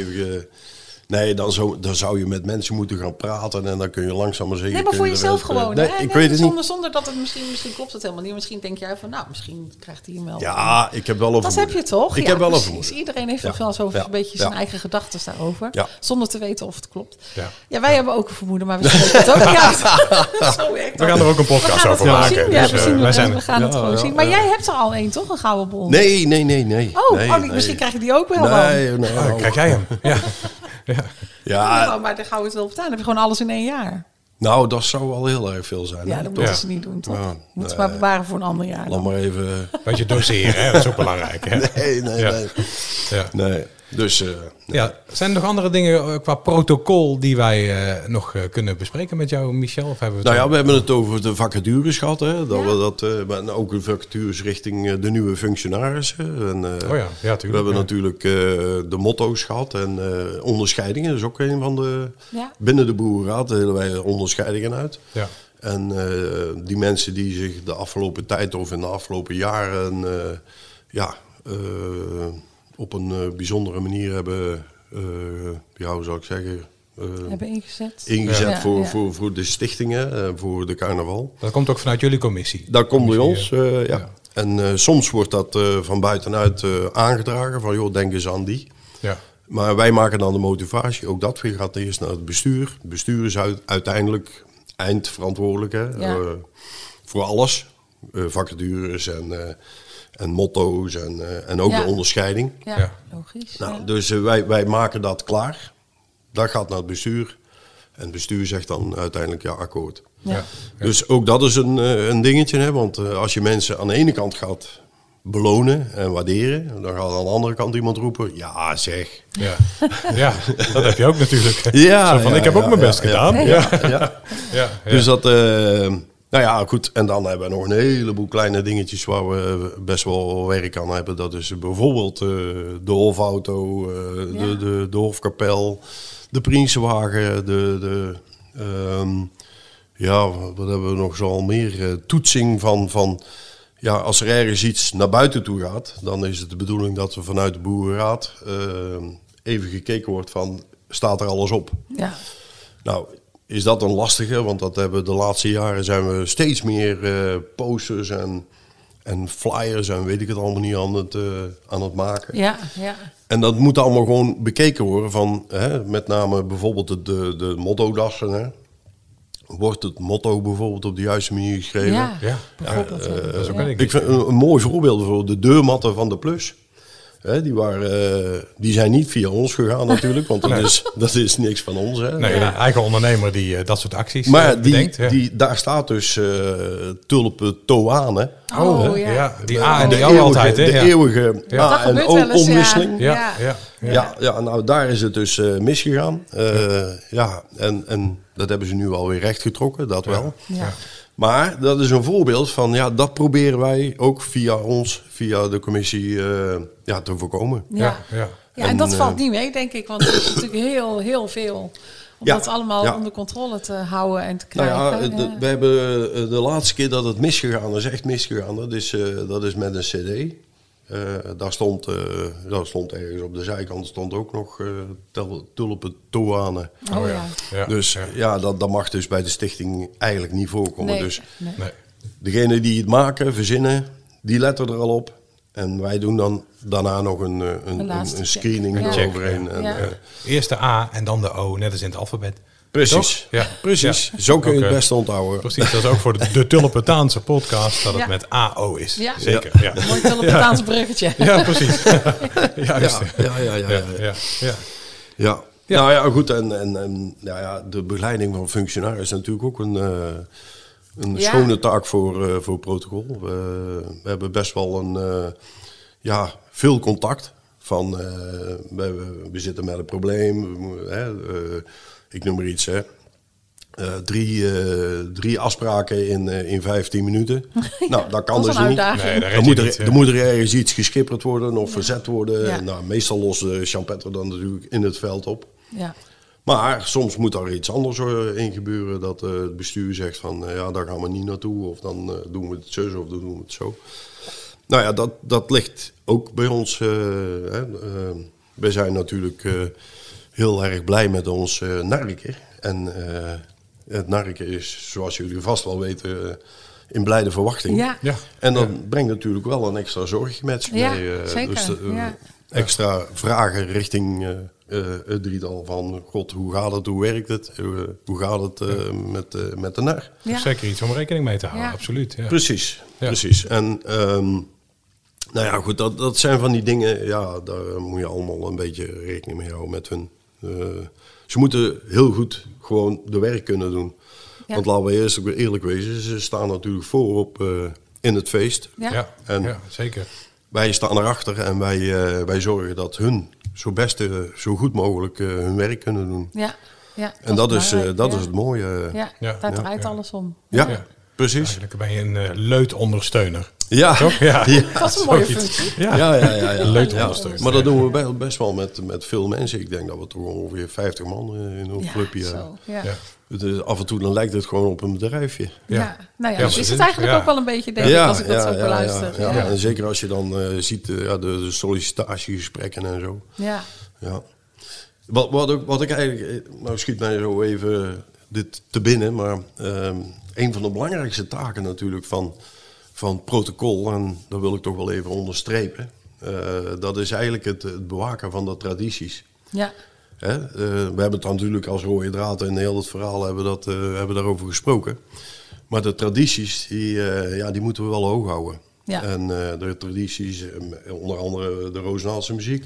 [SPEAKER 4] Nee, dan zou je met mensen moeten gaan praten en dan kun je langzaam maar zeker...
[SPEAKER 2] Nee, maar voor jezelf gewoon.
[SPEAKER 4] Nee,
[SPEAKER 2] hè?
[SPEAKER 4] ik weet het niet.
[SPEAKER 2] Zonder dat het misschien klopt het helemaal niet. Misschien denk jij van, nou, misschien krijgt hij hem wel.
[SPEAKER 4] Ja, ik heb wel een
[SPEAKER 2] Dat
[SPEAKER 4] vermoeden.
[SPEAKER 2] heb je toch?
[SPEAKER 4] Ik
[SPEAKER 2] Ja,
[SPEAKER 4] heb wel een
[SPEAKER 2] precies.
[SPEAKER 4] vermoeden.
[SPEAKER 2] Iedereen heeft
[SPEAKER 4] Ja.
[SPEAKER 2] wel eens over
[SPEAKER 4] Ja.
[SPEAKER 2] een beetje
[SPEAKER 4] Ja.
[SPEAKER 2] zijn eigen gedachten daarover.
[SPEAKER 4] Ja.
[SPEAKER 2] Zonder te weten of het klopt.
[SPEAKER 3] Ja.
[SPEAKER 2] Ja, wij hebben ook een vermoeden, maar we spreken het ook niet uit. Zo werkt
[SPEAKER 3] We
[SPEAKER 2] dat.
[SPEAKER 3] gaan er ook een
[SPEAKER 2] We
[SPEAKER 3] podcast
[SPEAKER 2] gaan het
[SPEAKER 3] over
[SPEAKER 2] gewoon
[SPEAKER 3] maken.
[SPEAKER 2] zien. Ja,
[SPEAKER 3] Dus,
[SPEAKER 2] we gaan het gewoon zien. Maar jij hebt er al één, toch? Een gouden bol.
[SPEAKER 4] Nee.
[SPEAKER 2] Misschien krijg je die ook wel dan.
[SPEAKER 4] Nee.
[SPEAKER 3] Krijg jij hem? Ja.
[SPEAKER 4] Ja,
[SPEAKER 2] Nou, maar dan gaan we het wel op. Dan heb je gewoon alles in 1 jaar.
[SPEAKER 4] nou, dat zou wel heel erg veel zijn.
[SPEAKER 2] Ja,
[SPEAKER 4] hè?
[SPEAKER 2] dat moeten ze niet doen, toch?
[SPEAKER 4] Ja,
[SPEAKER 2] Moeten ze
[SPEAKER 4] nee.
[SPEAKER 2] maar bewaren voor een ander jaar.
[SPEAKER 4] Laat
[SPEAKER 2] dan.
[SPEAKER 4] maar even...
[SPEAKER 3] Beetje doseren, hè? Dat is ook belangrijk. Hè?
[SPEAKER 4] Nee.
[SPEAKER 3] Ja.
[SPEAKER 4] Nee. Dus...
[SPEAKER 3] Ja. Zijn er nog andere dingen qua protocol die wij nog kunnen bespreken met jou, Michel? Of hebben we het
[SPEAKER 4] we hebben het over de vacatures gehad. Hè? Dat
[SPEAKER 2] Ja.
[SPEAKER 4] we dat, maar ook de vacatures richting de nieuwe functionarissen. En,
[SPEAKER 3] tuurlijk.
[SPEAKER 4] we hebben natuurlijk de motto's gehad en onderscheidingen. Dat is ook een van de...
[SPEAKER 2] Ja.
[SPEAKER 4] Binnen de boerenraad delen wij onderscheidingen uit.
[SPEAKER 3] Ja.
[SPEAKER 4] En die mensen die zich de afgelopen tijd of in de afgelopen jaren... op een bijzondere manier hebben... hoe zou ik zeggen...
[SPEAKER 2] Hebben ingezet.
[SPEAKER 4] ingezet
[SPEAKER 2] Ja,
[SPEAKER 4] voor,
[SPEAKER 2] ja.
[SPEAKER 4] Voor de stichtingen, voor de carnaval.
[SPEAKER 3] Dat komt ook vanuit jullie commissie.
[SPEAKER 4] Dat komt bij ons,
[SPEAKER 3] Commissie,
[SPEAKER 4] ja. En soms wordt dat van buitenuit aangedragen, van joh, denk eens aan die.
[SPEAKER 3] Ja.
[SPEAKER 4] Maar wij maken dan de motivatie, ook dat weer gaat eerst naar het bestuur. Het bestuur is uiteindelijk eindverantwoordelijk hè,
[SPEAKER 2] Ja.
[SPEAKER 4] voor alles. Vacatures en motto's en ook
[SPEAKER 2] Ja.
[SPEAKER 4] de onderscheiding.
[SPEAKER 2] Ja,
[SPEAKER 3] Ja.
[SPEAKER 2] logisch.
[SPEAKER 4] Nou,
[SPEAKER 2] ja.
[SPEAKER 4] dus wij maken dat klaar. Dat gaat naar het bestuur. En het bestuur zegt dan uiteindelijk ja, akkoord.
[SPEAKER 2] Ja.
[SPEAKER 4] Dus ook dat is een dingetje. Hè? Want als je mensen aan de ene kant gaat belonen en waarderen... dan gaat aan de andere kant iemand roepen... ja, zeg.
[SPEAKER 3] Ja. Ja, dat heb je ook natuurlijk.
[SPEAKER 4] Ja,
[SPEAKER 3] Zo van,
[SPEAKER 4] ja,
[SPEAKER 3] ik heb ook
[SPEAKER 4] ja,
[SPEAKER 3] mijn best
[SPEAKER 4] ja,
[SPEAKER 3] gedaan.
[SPEAKER 4] Ja,
[SPEAKER 3] Ja.
[SPEAKER 4] ja.
[SPEAKER 3] Ja.
[SPEAKER 4] Dus dat... nou ja, goed. En dan hebben we nog een heleboel kleine dingetjes... waar we best wel werk aan hebben. Dat is bijvoorbeeld de hofauto, de hofkapel... de Prinsenwagen, wat hebben we nog zoal meer? Toetsing van als er ergens iets naar buiten toe gaat, dan is het de bedoeling dat we vanuit de boerenraad even gekeken wordt van, staat er alles op?
[SPEAKER 2] Ja.
[SPEAKER 4] Nou, is dat een lastige, want dat hebben de laatste jaren zijn we steeds meer posters en flyers en weet ik het allemaal niet aan het maken.
[SPEAKER 2] Ja.
[SPEAKER 4] En dat moet allemaal gewoon bekeken worden van, met name bijvoorbeeld de mottodassen. Hè? wordt het motto bijvoorbeeld op de juiste manier geschreven.
[SPEAKER 2] Ja,
[SPEAKER 3] Ja,
[SPEAKER 2] bijvoorbeeld.
[SPEAKER 3] dat is ook een
[SPEAKER 4] Ik vind een mooi voorbeeld voor de deurmatten van de Plus. Hè, die zijn niet via ons gegaan natuurlijk, want dat is niks van ons. Hè.
[SPEAKER 3] Nee, een eigen ondernemer die dat soort acties
[SPEAKER 4] Maar
[SPEAKER 3] bedenkt.
[SPEAKER 4] daar staat dus tulpen Toane.
[SPEAKER 2] Oh,
[SPEAKER 3] ja. Die
[SPEAKER 2] Oh.
[SPEAKER 3] A en die O altijd. Hè?
[SPEAKER 4] De
[SPEAKER 3] Ja.
[SPEAKER 4] eeuwige
[SPEAKER 3] Ja.
[SPEAKER 2] Dat
[SPEAKER 4] A en
[SPEAKER 2] gebeurt
[SPEAKER 4] O
[SPEAKER 2] wel eens,
[SPEAKER 4] omwisseling.
[SPEAKER 3] Ja.
[SPEAKER 4] Nou daar is het dus misgegaan. En dat hebben ze nu alweer rechtgetrokken, dat wel.
[SPEAKER 2] Ja.
[SPEAKER 4] Maar dat is een voorbeeld van, dat proberen wij ook via de commissie te voorkomen.
[SPEAKER 2] Ja.
[SPEAKER 3] Ja.
[SPEAKER 2] Ja, en dat valt niet mee, denk ik. Want er is natuurlijk heel veel om dat allemaal onder controle te houden en te krijgen.
[SPEAKER 4] We hebben de laatste keer dat het misgegaan is, echt misgegaan. Dat is met een cd. Daar stond ergens op de zijkant stond ook nog tulpen Toane.
[SPEAKER 2] Oh ja.
[SPEAKER 3] Ja.
[SPEAKER 4] Dus dat mag dus bij de stichting eigenlijk niet voorkomen.
[SPEAKER 2] Nee,
[SPEAKER 4] Dus
[SPEAKER 2] nee.
[SPEAKER 3] Nee.
[SPEAKER 4] degene die het maken, verzinnen, die letten er al op. En wij doen dan daarna nog een
[SPEAKER 2] laatste
[SPEAKER 4] screening
[SPEAKER 2] check.
[SPEAKER 4] eroverheen.
[SPEAKER 2] Ja.
[SPEAKER 4] En,
[SPEAKER 3] Eerst de A en dan de O, net als in het alfabet.
[SPEAKER 4] precies,
[SPEAKER 3] Toch? Ja.
[SPEAKER 4] precies.
[SPEAKER 3] Ja.
[SPEAKER 4] Zo kun je
[SPEAKER 3] Ook,
[SPEAKER 4] het best onthouden.
[SPEAKER 3] Precies, dat is ook voor de Tulpentaanse podcast dat het
[SPEAKER 2] Ja.
[SPEAKER 3] met AO is.
[SPEAKER 2] Ja.
[SPEAKER 3] Zeker, ja.
[SPEAKER 2] Mooi Tulpentaanse bruggetje.
[SPEAKER 3] Ja, precies. Juist.
[SPEAKER 4] Ja. Nou ja, goed. En de begeleiding van functionaris is natuurlijk ook een schone taak voor protocol. We hebben best wel veel contact. We zitten met een probleem. Ik noem maar iets. Hè. 3 afspraken in 15 minuten. Nou, dat kan
[SPEAKER 2] Dat is
[SPEAKER 4] dus
[SPEAKER 2] een
[SPEAKER 4] niet.
[SPEAKER 2] uitdaging.
[SPEAKER 3] Nee, daar
[SPEAKER 4] Dan
[SPEAKER 3] red je niet.
[SPEAKER 4] er moet er ergens iets geschipperd worden of verzet worden.
[SPEAKER 2] Ja.
[SPEAKER 4] Nou, meestal lost de Champetter dan natuurlijk in het veld op.
[SPEAKER 2] Ja.
[SPEAKER 4] Maar soms moet er iets anders in gebeuren. Dat het bestuur zegt van daar gaan we niet naartoe. Of dan doen we het zo of dan doen we het zo. Nou ja, dat ligt ook bij ons. Wij zijn natuurlijk heel erg blij met ons Narke. En het Narke is, zoals jullie vast wel weten, in blijde verwachting.
[SPEAKER 2] Ja.
[SPEAKER 3] Ja.
[SPEAKER 4] En dat brengt natuurlijk wel een extra zorg met zich
[SPEAKER 2] Ja,
[SPEAKER 4] mee.
[SPEAKER 2] zeker.
[SPEAKER 4] Dus
[SPEAKER 2] Ja.
[SPEAKER 4] extra vragen richting het drietal van... God, hoe gaat het? Hoe werkt het? Hoe gaat het met de nar?
[SPEAKER 2] Ja.
[SPEAKER 3] Zeker iets om rekening mee te houden,
[SPEAKER 2] Ja.
[SPEAKER 3] absoluut. Ja.
[SPEAKER 4] Precies. En nou ja, goed, dat zijn van die dingen... Ja, daar moet je allemaal een beetje rekening mee houden met hun. Ze moeten heel goed gewoon de werk kunnen doen.
[SPEAKER 2] Ja.
[SPEAKER 4] Want laten we eerst ook eerlijk wezen... Ze staan natuurlijk voorop in het feest.
[SPEAKER 2] Ja.
[SPEAKER 3] Ja.
[SPEAKER 4] En
[SPEAKER 3] Ja, zeker.
[SPEAKER 4] wij staan erachter en wij zorgen dat hun zo goed mogelijk hun werk kunnen doen.
[SPEAKER 2] Ja. Ja.
[SPEAKER 4] En dat is
[SPEAKER 2] belangrijk.
[SPEAKER 4] het mooie.
[SPEAKER 2] Ja,
[SPEAKER 3] Ja.
[SPEAKER 2] daar
[SPEAKER 3] Ja.
[SPEAKER 2] draait alles om.
[SPEAKER 4] Ja,
[SPEAKER 3] Ja.
[SPEAKER 4] precies.
[SPEAKER 3] Eigenlijk ben je een leutondersteuner.
[SPEAKER 4] Ja.
[SPEAKER 3] Toch? Ja.
[SPEAKER 2] Dat is een mooie
[SPEAKER 3] Zoiets.
[SPEAKER 2] functie.
[SPEAKER 3] Ja.
[SPEAKER 4] Ja.
[SPEAKER 3] Leuk
[SPEAKER 4] Ja.
[SPEAKER 3] ondersteunen.
[SPEAKER 4] Maar dat doen we best wel met veel mensen. Ik denk dat we toch ongeveer 50 man in ons clubje hebben.
[SPEAKER 2] Zo, ja.
[SPEAKER 3] Ja.
[SPEAKER 4] Af en toe dan lijkt het gewoon op een bedrijfje.
[SPEAKER 2] Ja. Nou ja,
[SPEAKER 3] Ja,
[SPEAKER 2] dat is
[SPEAKER 3] maar
[SPEAKER 2] het eigenlijk
[SPEAKER 3] ja.
[SPEAKER 2] ook wel een beetje, denk ik, als ik dat zo beluister.
[SPEAKER 4] ja.
[SPEAKER 2] Ja.
[SPEAKER 4] En zeker als je dan ziet de sollicitatiegesprekken en zo.
[SPEAKER 2] Ja.
[SPEAKER 4] Ja. Wat ik eigenlijk... Nou schiet mij zo even dit te binnen. Maar een van de belangrijkste taken natuurlijk van protocol... en dat wil ik toch wel even onderstrepen... dat is eigenlijk het bewaken van de tradities.
[SPEAKER 2] Ja.
[SPEAKER 4] We hebben het natuurlijk als rode draad in heel het verhaal hebben daarover gesproken. Maar de tradities, die moeten we wel hoog houden.
[SPEAKER 2] Ja.
[SPEAKER 4] En de tradities, onder andere de Roosendaalse muziek.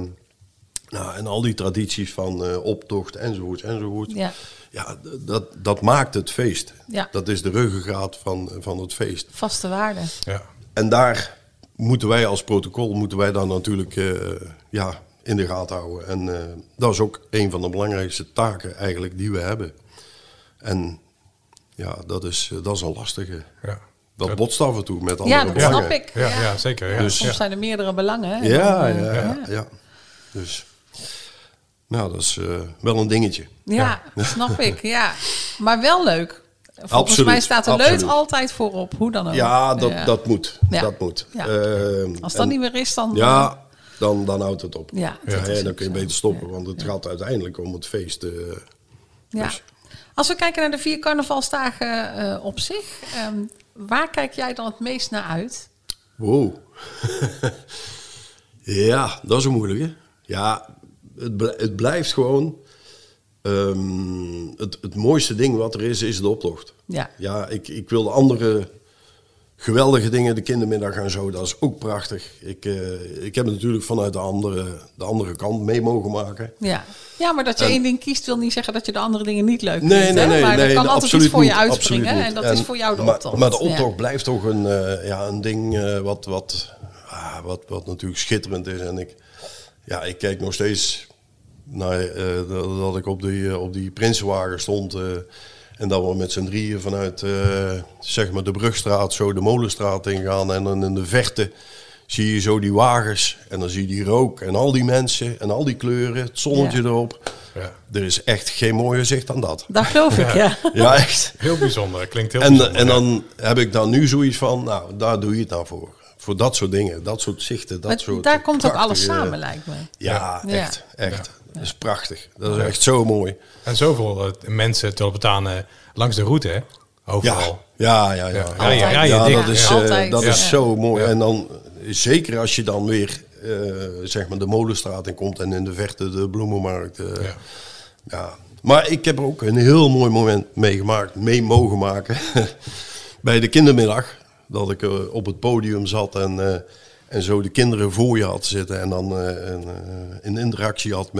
[SPEAKER 4] En al die tradities van optocht enzovoort.
[SPEAKER 2] Ja.
[SPEAKER 4] Ja, dat maakt het feest.
[SPEAKER 2] Ja.
[SPEAKER 4] Dat is de ruggengraat van het feest.
[SPEAKER 2] Vaste waarde.
[SPEAKER 3] Ja.
[SPEAKER 4] En daar moeten wij als protocol dan natuurlijk in de gaten houden. En dat is ook een van de belangrijkste taken eigenlijk die we hebben. En ja, dat is een lastige.
[SPEAKER 3] Ja.
[SPEAKER 4] Dat botst af en toe met andere
[SPEAKER 2] Ja, dat
[SPEAKER 4] belangen.
[SPEAKER 2] snap ik.
[SPEAKER 3] Ja, zeker. Ja.
[SPEAKER 4] Dus-
[SPEAKER 2] Soms zijn er meerdere belangen. Hè?
[SPEAKER 4] Ja. Dus, nou, dat is wel een dingetje.
[SPEAKER 2] Ja, snap ik. Ja. Maar wel leuk. Volgens
[SPEAKER 4] Absoluut,
[SPEAKER 2] mij staat de
[SPEAKER 4] absoluut.
[SPEAKER 2] leut altijd voorop, hoe dan ook.
[SPEAKER 4] Ja, dat moet.
[SPEAKER 2] Ja.
[SPEAKER 4] Dat moet.
[SPEAKER 2] Ja. Als dat
[SPEAKER 4] En-
[SPEAKER 2] niet meer is, dan...
[SPEAKER 4] Ja, dan houdt het op.
[SPEAKER 2] Ja, dat
[SPEAKER 4] Ja,
[SPEAKER 2] is
[SPEAKER 4] dan
[SPEAKER 2] ook
[SPEAKER 4] kun je
[SPEAKER 2] zo.
[SPEAKER 4] beter stoppen, want het gaat uiteindelijk om het feest.
[SPEAKER 2] Ja.
[SPEAKER 4] Dus.
[SPEAKER 2] Als we kijken naar de 4 carnavalsdagen op zich, waar kijk jij dan het meest naar uit?
[SPEAKER 4] Wow. Ja, dat is een moeilijke. Ja, het blijft gewoon Het mooiste ding wat er is de optocht.
[SPEAKER 2] Ja.
[SPEAKER 4] Ja, ik wil de andere geweldige dingen, de kindermiddag en zo, dat is ook prachtig. Ik heb het natuurlijk vanuit de andere kant mee mogen maken.
[SPEAKER 2] Ja. Ja, maar dat je één ding kiest wil niet zeggen dat je de andere dingen niet leuk
[SPEAKER 4] Nee,
[SPEAKER 2] vindt. hè? Maar er kan altijd iets voor je
[SPEAKER 4] absoluut
[SPEAKER 2] uitspringen.
[SPEAKER 4] niet.
[SPEAKER 2] En dat is voor jou de optocht.
[SPEAKER 4] Maar de optocht blijft toch een ding wat natuurlijk schitterend is. En ik kijk nog steeds naar dat ik op die Prinsenwagen stond. En dat we met z'n drieën vanuit zeg maar de Brugstraat zo de Molenstraat ingaan. En dan in de verte zie je zo die wagens. En dan zie je die rook en al die mensen en al die kleuren. Het zonnetje erop.
[SPEAKER 3] Ja.
[SPEAKER 4] Er is echt geen mooier zicht dan dat.
[SPEAKER 2] Dat geloof ik, ja.
[SPEAKER 4] Ja, echt.
[SPEAKER 3] Heel bijzonder. Klinkt heel bijzonder.
[SPEAKER 4] En dan heb ik dan nu zoiets van, nou, daar doe je het nou voor. Voor dat soort dingen, dat soort zichten, dat
[SPEAKER 2] Maar
[SPEAKER 4] soort
[SPEAKER 2] daar komt ook alles
[SPEAKER 4] prachtige-
[SPEAKER 2] samen, lijkt me.
[SPEAKER 4] Ja,
[SPEAKER 2] Ja.
[SPEAKER 4] echt. Dat is prachtig. Dat is echt zo mooi.
[SPEAKER 3] En zoveel mensen Tulpentanen langs de route, hè? Overal.
[SPEAKER 4] Ja.
[SPEAKER 3] Rijden dik.
[SPEAKER 4] Dat is,
[SPEAKER 2] Altijd.
[SPEAKER 4] dat is
[SPEAKER 3] Ja.
[SPEAKER 4] zo mooi.
[SPEAKER 3] Ja.
[SPEAKER 4] En dan, zeker als je dan weer, zeg maar de Molenstraat in komt en in de verte de Bloemenmarkt. Ja. Maar ik heb er ook een heel mooi moment mee mogen maken. Bij de kindermiddag. Dat ik op het podium zat en zo de kinderen voor je had zitten. En dan een interactie had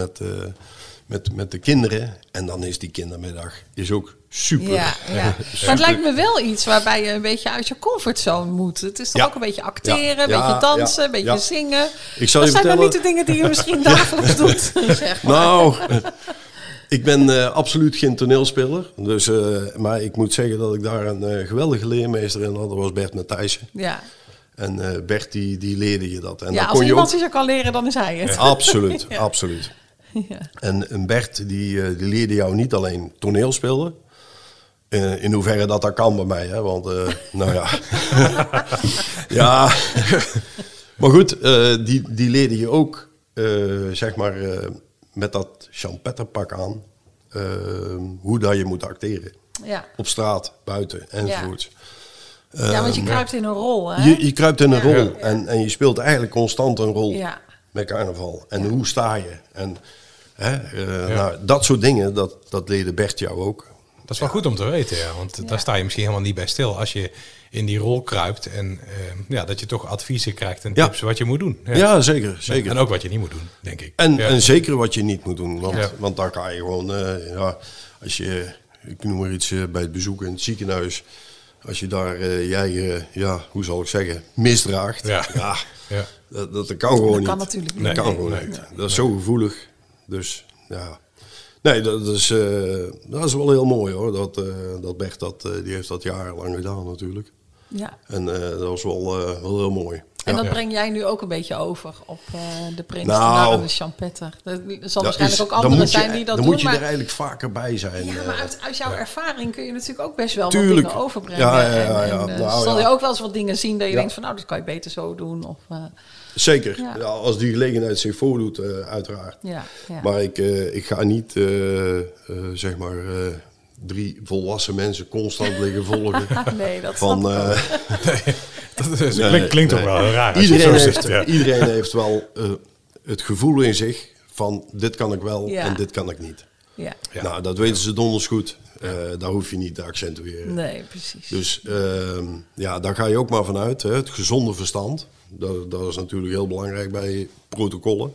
[SPEAKER 4] met de kinderen. En dan is die kindermiddag ook super.
[SPEAKER 2] Ja. Maar het lijkt me wel iets waarbij je een beetje uit je comfortzone moet. Het is toch
[SPEAKER 4] Ja.
[SPEAKER 2] ook een beetje acteren,
[SPEAKER 4] Ja.
[SPEAKER 2] een beetje dansen,
[SPEAKER 4] Ja.
[SPEAKER 2] een beetje
[SPEAKER 4] Ja.
[SPEAKER 2] zingen.
[SPEAKER 4] Ik zal
[SPEAKER 2] dat
[SPEAKER 4] je
[SPEAKER 2] zijn dan
[SPEAKER 4] vertellen-
[SPEAKER 2] niet de dingen die je misschien dagelijks doet. Zeg maar.
[SPEAKER 4] Nou, ik ben absoluut geen toneelspeler. Dus, maar ik moet zeggen dat ik daar een geweldige leermeester in had. Dat was Bert Matthijssen.
[SPEAKER 2] Ja,
[SPEAKER 4] En Bert die leerde je dat. En
[SPEAKER 2] ja
[SPEAKER 4] dan
[SPEAKER 2] als
[SPEAKER 4] kon je
[SPEAKER 2] iemand
[SPEAKER 4] ook...
[SPEAKER 2] zich kan leren, dan is hij het.
[SPEAKER 4] Absoluut, absoluut.
[SPEAKER 2] Ja.
[SPEAKER 4] En Bert die leerde jou niet alleen toneelspelen. In hoeverre dat kan bij mij, hè? Want nou ja. Ja. Maar goed, die leerde je ook, zeg maar, met dat Champetter-pak aan, hoe dat je moet acteren.
[SPEAKER 2] Ja.
[SPEAKER 4] Op straat, buiten enzovoorts.
[SPEAKER 2] Ja, want je kruipt in een rol, hè?
[SPEAKER 4] Je kruipt in een
[SPEAKER 2] Ja.
[SPEAKER 4] rol
[SPEAKER 2] Ja.
[SPEAKER 4] en je speelt eigenlijk constant een rol
[SPEAKER 2] Ja.
[SPEAKER 4] met carnaval. En hoe sta je? En nou, dat soort dingen, dat leerde Bert jou ook.
[SPEAKER 3] Dat is wel goed om te weten, ja. Want daar sta je misschien helemaal niet bij stil. Als je in die rol kruipt en dat je toch adviezen krijgt en tips wat je moet doen.
[SPEAKER 4] Ja, zeker.
[SPEAKER 3] En ook wat je niet moet doen, denk ik.
[SPEAKER 4] En zeker wat je niet moet doen. Want,
[SPEAKER 3] Ja.
[SPEAKER 4] want dan kan je gewoon, als je, ik noem maar iets, bij het bezoek in het ziekenhuis. Als je daar hoe zal ik zeggen, misdraagt.
[SPEAKER 3] Ja. Ja.
[SPEAKER 4] Dat kan gewoon niet.
[SPEAKER 2] kan natuurlijk niet.
[SPEAKER 4] Dat kan gewoon
[SPEAKER 3] Nee.
[SPEAKER 4] niet. Dat is zo gevoelig. Dus ja. Nee, dat is wel heel mooi hoor. Dat Bert, die heeft dat jarenlang gedaan natuurlijk.
[SPEAKER 2] Ja.
[SPEAKER 4] En dat was wel heel mooi.
[SPEAKER 2] En
[SPEAKER 4] Ja.
[SPEAKER 2] dat breng jij nu ook een beetje over op de Prins,
[SPEAKER 4] Nou,
[SPEAKER 2] de Nar en de Champetter. Er zal waarschijnlijk ook
[SPEAKER 4] dan
[SPEAKER 2] anderen
[SPEAKER 4] moet je-
[SPEAKER 2] zijn die dat
[SPEAKER 4] dan
[SPEAKER 2] doen.
[SPEAKER 4] moet je
[SPEAKER 2] maar
[SPEAKER 4] er eigenlijk vaker bij zijn.
[SPEAKER 2] ja, maar uit jouw ervaring kun je natuurlijk ook best wel
[SPEAKER 4] Tuurlijk.
[SPEAKER 2] wat dingen overbrengen.
[SPEAKER 4] Ja.
[SPEAKER 2] En,
[SPEAKER 4] Nou,
[SPEAKER 2] zal
[SPEAKER 4] ja.
[SPEAKER 2] je ook wel eens wat dingen zien dat je
[SPEAKER 4] Ja.
[SPEAKER 2] denkt van nou, dat kan je beter zo doen. Of,
[SPEAKER 4] Zeker,
[SPEAKER 2] Ja.
[SPEAKER 4] ja, als die gelegenheid zich voordoet, uiteraard.
[SPEAKER 2] ja.
[SPEAKER 4] Maar ik ga niet, zeg maar, 3 volwassen mensen constant liggen volgen.
[SPEAKER 2] Nee, dat
[SPEAKER 4] Van,
[SPEAKER 2] snap ik ook.
[SPEAKER 3] Dat is, klinkt ook wel heel raar. als je
[SPEAKER 4] iedereen,
[SPEAKER 3] zo
[SPEAKER 4] heeft,
[SPEAKER 3] zegt, ja.
[SPEAKER 4] iedereen heeft wel het gevoel in zich van dit kan ik wel
[SPEAKER 2] Ja.
[SPEAKER 4] en dit kan ik niet.
[SPEAKER 2] Ja.
[SPEAKER 3] Ja.
[SPEAKER 4] Nou, dat weten ze donders goed. Daar hoef je niet te accentueren.
[SPEAKER 2] Nee, precies.
[SPEAKER 4] Dus daar ga je ook maar vanuit. Hè, het gezonde verstand. Dat is natuurlijk heel belangrijk bij protocollen.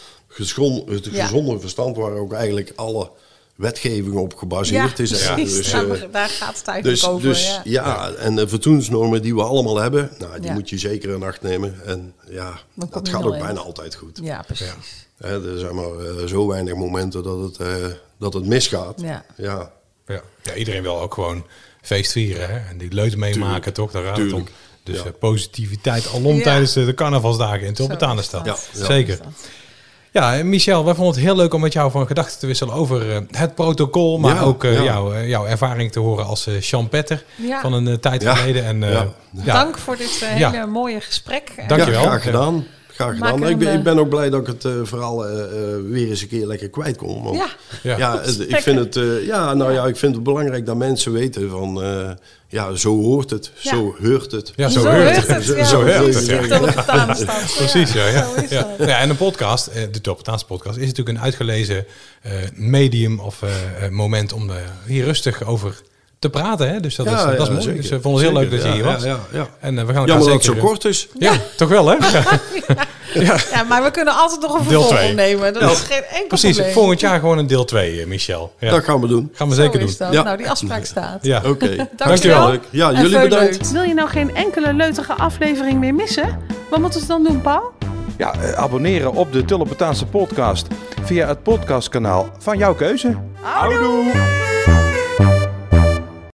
[SPEAKER 4] Het gezonde verstand waar ook eigenlijk alle wetgeving op gebaseerd is. Hè.
[SPEAKER 2] precies.
[SPEAKER 4] Dus,
[SPEAKER 2] Daar gaat het eigenlijk over.
[SPEAKER 4] dus en de vertoensnormen die we allemaal hebben, nou, die
[SPEAKER 2] Ja.
[SPEAKER 4] moet je zeker in acht nemen. En ja,
[SPEAKER 2] Dan kom
[SPEAKER 4] dat
[SPEAKER 2] je
[SPEAKER 4] gaat
[SPEAKER 2] nul
[SPEAKER 4] ook
[SPEAKER 2] in.
[SPEAKER 4] bijna altijd goed.
[SPEAKER 2] Ja, precies.
[SPEAKER 4] Hè, er zijn maar zo weinig momenten dat het misgaat.
[SPEAKER 2] Ja.
[SPEAKER 4] Ja.
[SPEAKER 3] Ja, iedereen wil ook gewoon feest vieren. Hè? En die leuk meemaken, toch? Daar gaat het om.
[SPEAKER 4] Tuurlijk.
[SPEAKER 3] Dus
[SPEAKER 4] Ja.
[SPEAKER 3] positiviteit alom
[SPEAKER 2] Ja.
[SPEAKER 3] tijdens de carnavalsdagen in Tulpentanenstad.
[SPEAKER 2] Zo is dat.
[SPEAKER 4] Ja.
[SPEAKER 3] Zeker.
[SPEAKER 2] Zo is dat.
[SPEAKER 3] Ja, en Michel, wij vonden het heel leuk om met jou van gedachten te wisselen over het protocol. Maar
[SPEAKER 4] Ja,
[SPEAKER 3] ook
[SPEAKER 4] ja.
[SPEAKER 3] jouw ervaring te horen als Champetter
[SPEAKER 2] Ja.
[SPEAKER 3] van een tijd
[SPEAKER 4] Ja.
[SPEAKER 3] geleden. En,
[SPEAKER 4] Ja.
[SPEAKER 2] Dank voor dit hele
[SPEAKER 3] Ja.
[SPEAKER 2] mooie gesprek. En,
[SPEAKER 3] Dankjewel.
[SPEAKER 4] Ja, graag gedaan. Graag
[SPEAKER 2] Maak
[SPEAKER 4] gedaan.
[SPEAKER 2] er een,
[SPEAKER 4] Ik ben ook blij dat ik het vooral weer eens een keer lekker kwijt kon. Want,
[SPEAKER 2] Ja.
[SPEAKER 4] ik vind het belangrijk dat mensen weten van... zo hoort het, zo heurt het.
[SPEAKER 3] Ja,
[SPEAKER 2] Zo
[SPEAKER 3] heurt
[SPEAKER 2] heurt het.
[SPEAKER 3] Ja, zo heurt het.
[SPEAKER 2] De Tulpentaanstand.
[SPEAKER 3] Precies, ja.
[SPEAKER 2] Zo is dat.
[SPEAKER 3] Ja, en een podcast, de Tulpentaanse podcast, is natuurlijk een uitgelezen medium of moment om hier rustig over te praten. Hè? Dus dat is mooi.
[SPEAKER 4] Zeker.
[SPEAKER 3] Dus we vonden het heel leuk dat je hier was.
[SPEAKER 4] Ja.
[SPEAKER 3] En we gaan elkaar
[SPEAKER 4] Jammer dat
[SPEAKER 3] zeker...
[SPEAKER 4] het zo kort is.
[SPEAKER 3] Ja, toch wel hè?
[SPEAKER 2] Ja, maar we kunnen altijd nog een
[SPEAKER 3] Deel
[SPEAKER 2] vervolg
[SPEAKER 3] 2.
[SPEAKER 2] opnemen. Dat is geen enkel
[SPEAKER 3] Precies,
[SPEAKER 2] probleem.
[SPEAKER 3] volgend jaar gewoon een deel 2, Michel. Ja.
[SPEAKER 4] Dat gaan we doen.
[SPEAKER 3] Gaan we
[SPEAKER 2] Zo
[SPEAKER 3] zeker
[SPEAKER 2] is
[SPEAKER 3] doen.
[SPEAKER 2] dat.
[SPEAKER 4] Ja.
[SPEAKER 2] Nou, die afspraak staat.
[SPEAKER 3] Ja.
[SPEAKER 4] Oké.
[SPEAKER 2] Dankjewel.
[SPEAKER 4] Leuk. Ja,
[SPEAKER 2] En
[SPEAKER 4] jullie
[SPEAKER 2] veel
[SPEAKER 4] bedankt.
[SPEAKER 2] leuk.
[SPEAKER 5] Wil je nou geen enkele leutige aflevering meer missen? Wat moeten ze dan doen, Paul?
[SPEAKER 1] Ja, abonneren op de Tulpentaanse podcast via het podcastkanaal van jouw keuze.
[SPEAKER 5] Houdoe!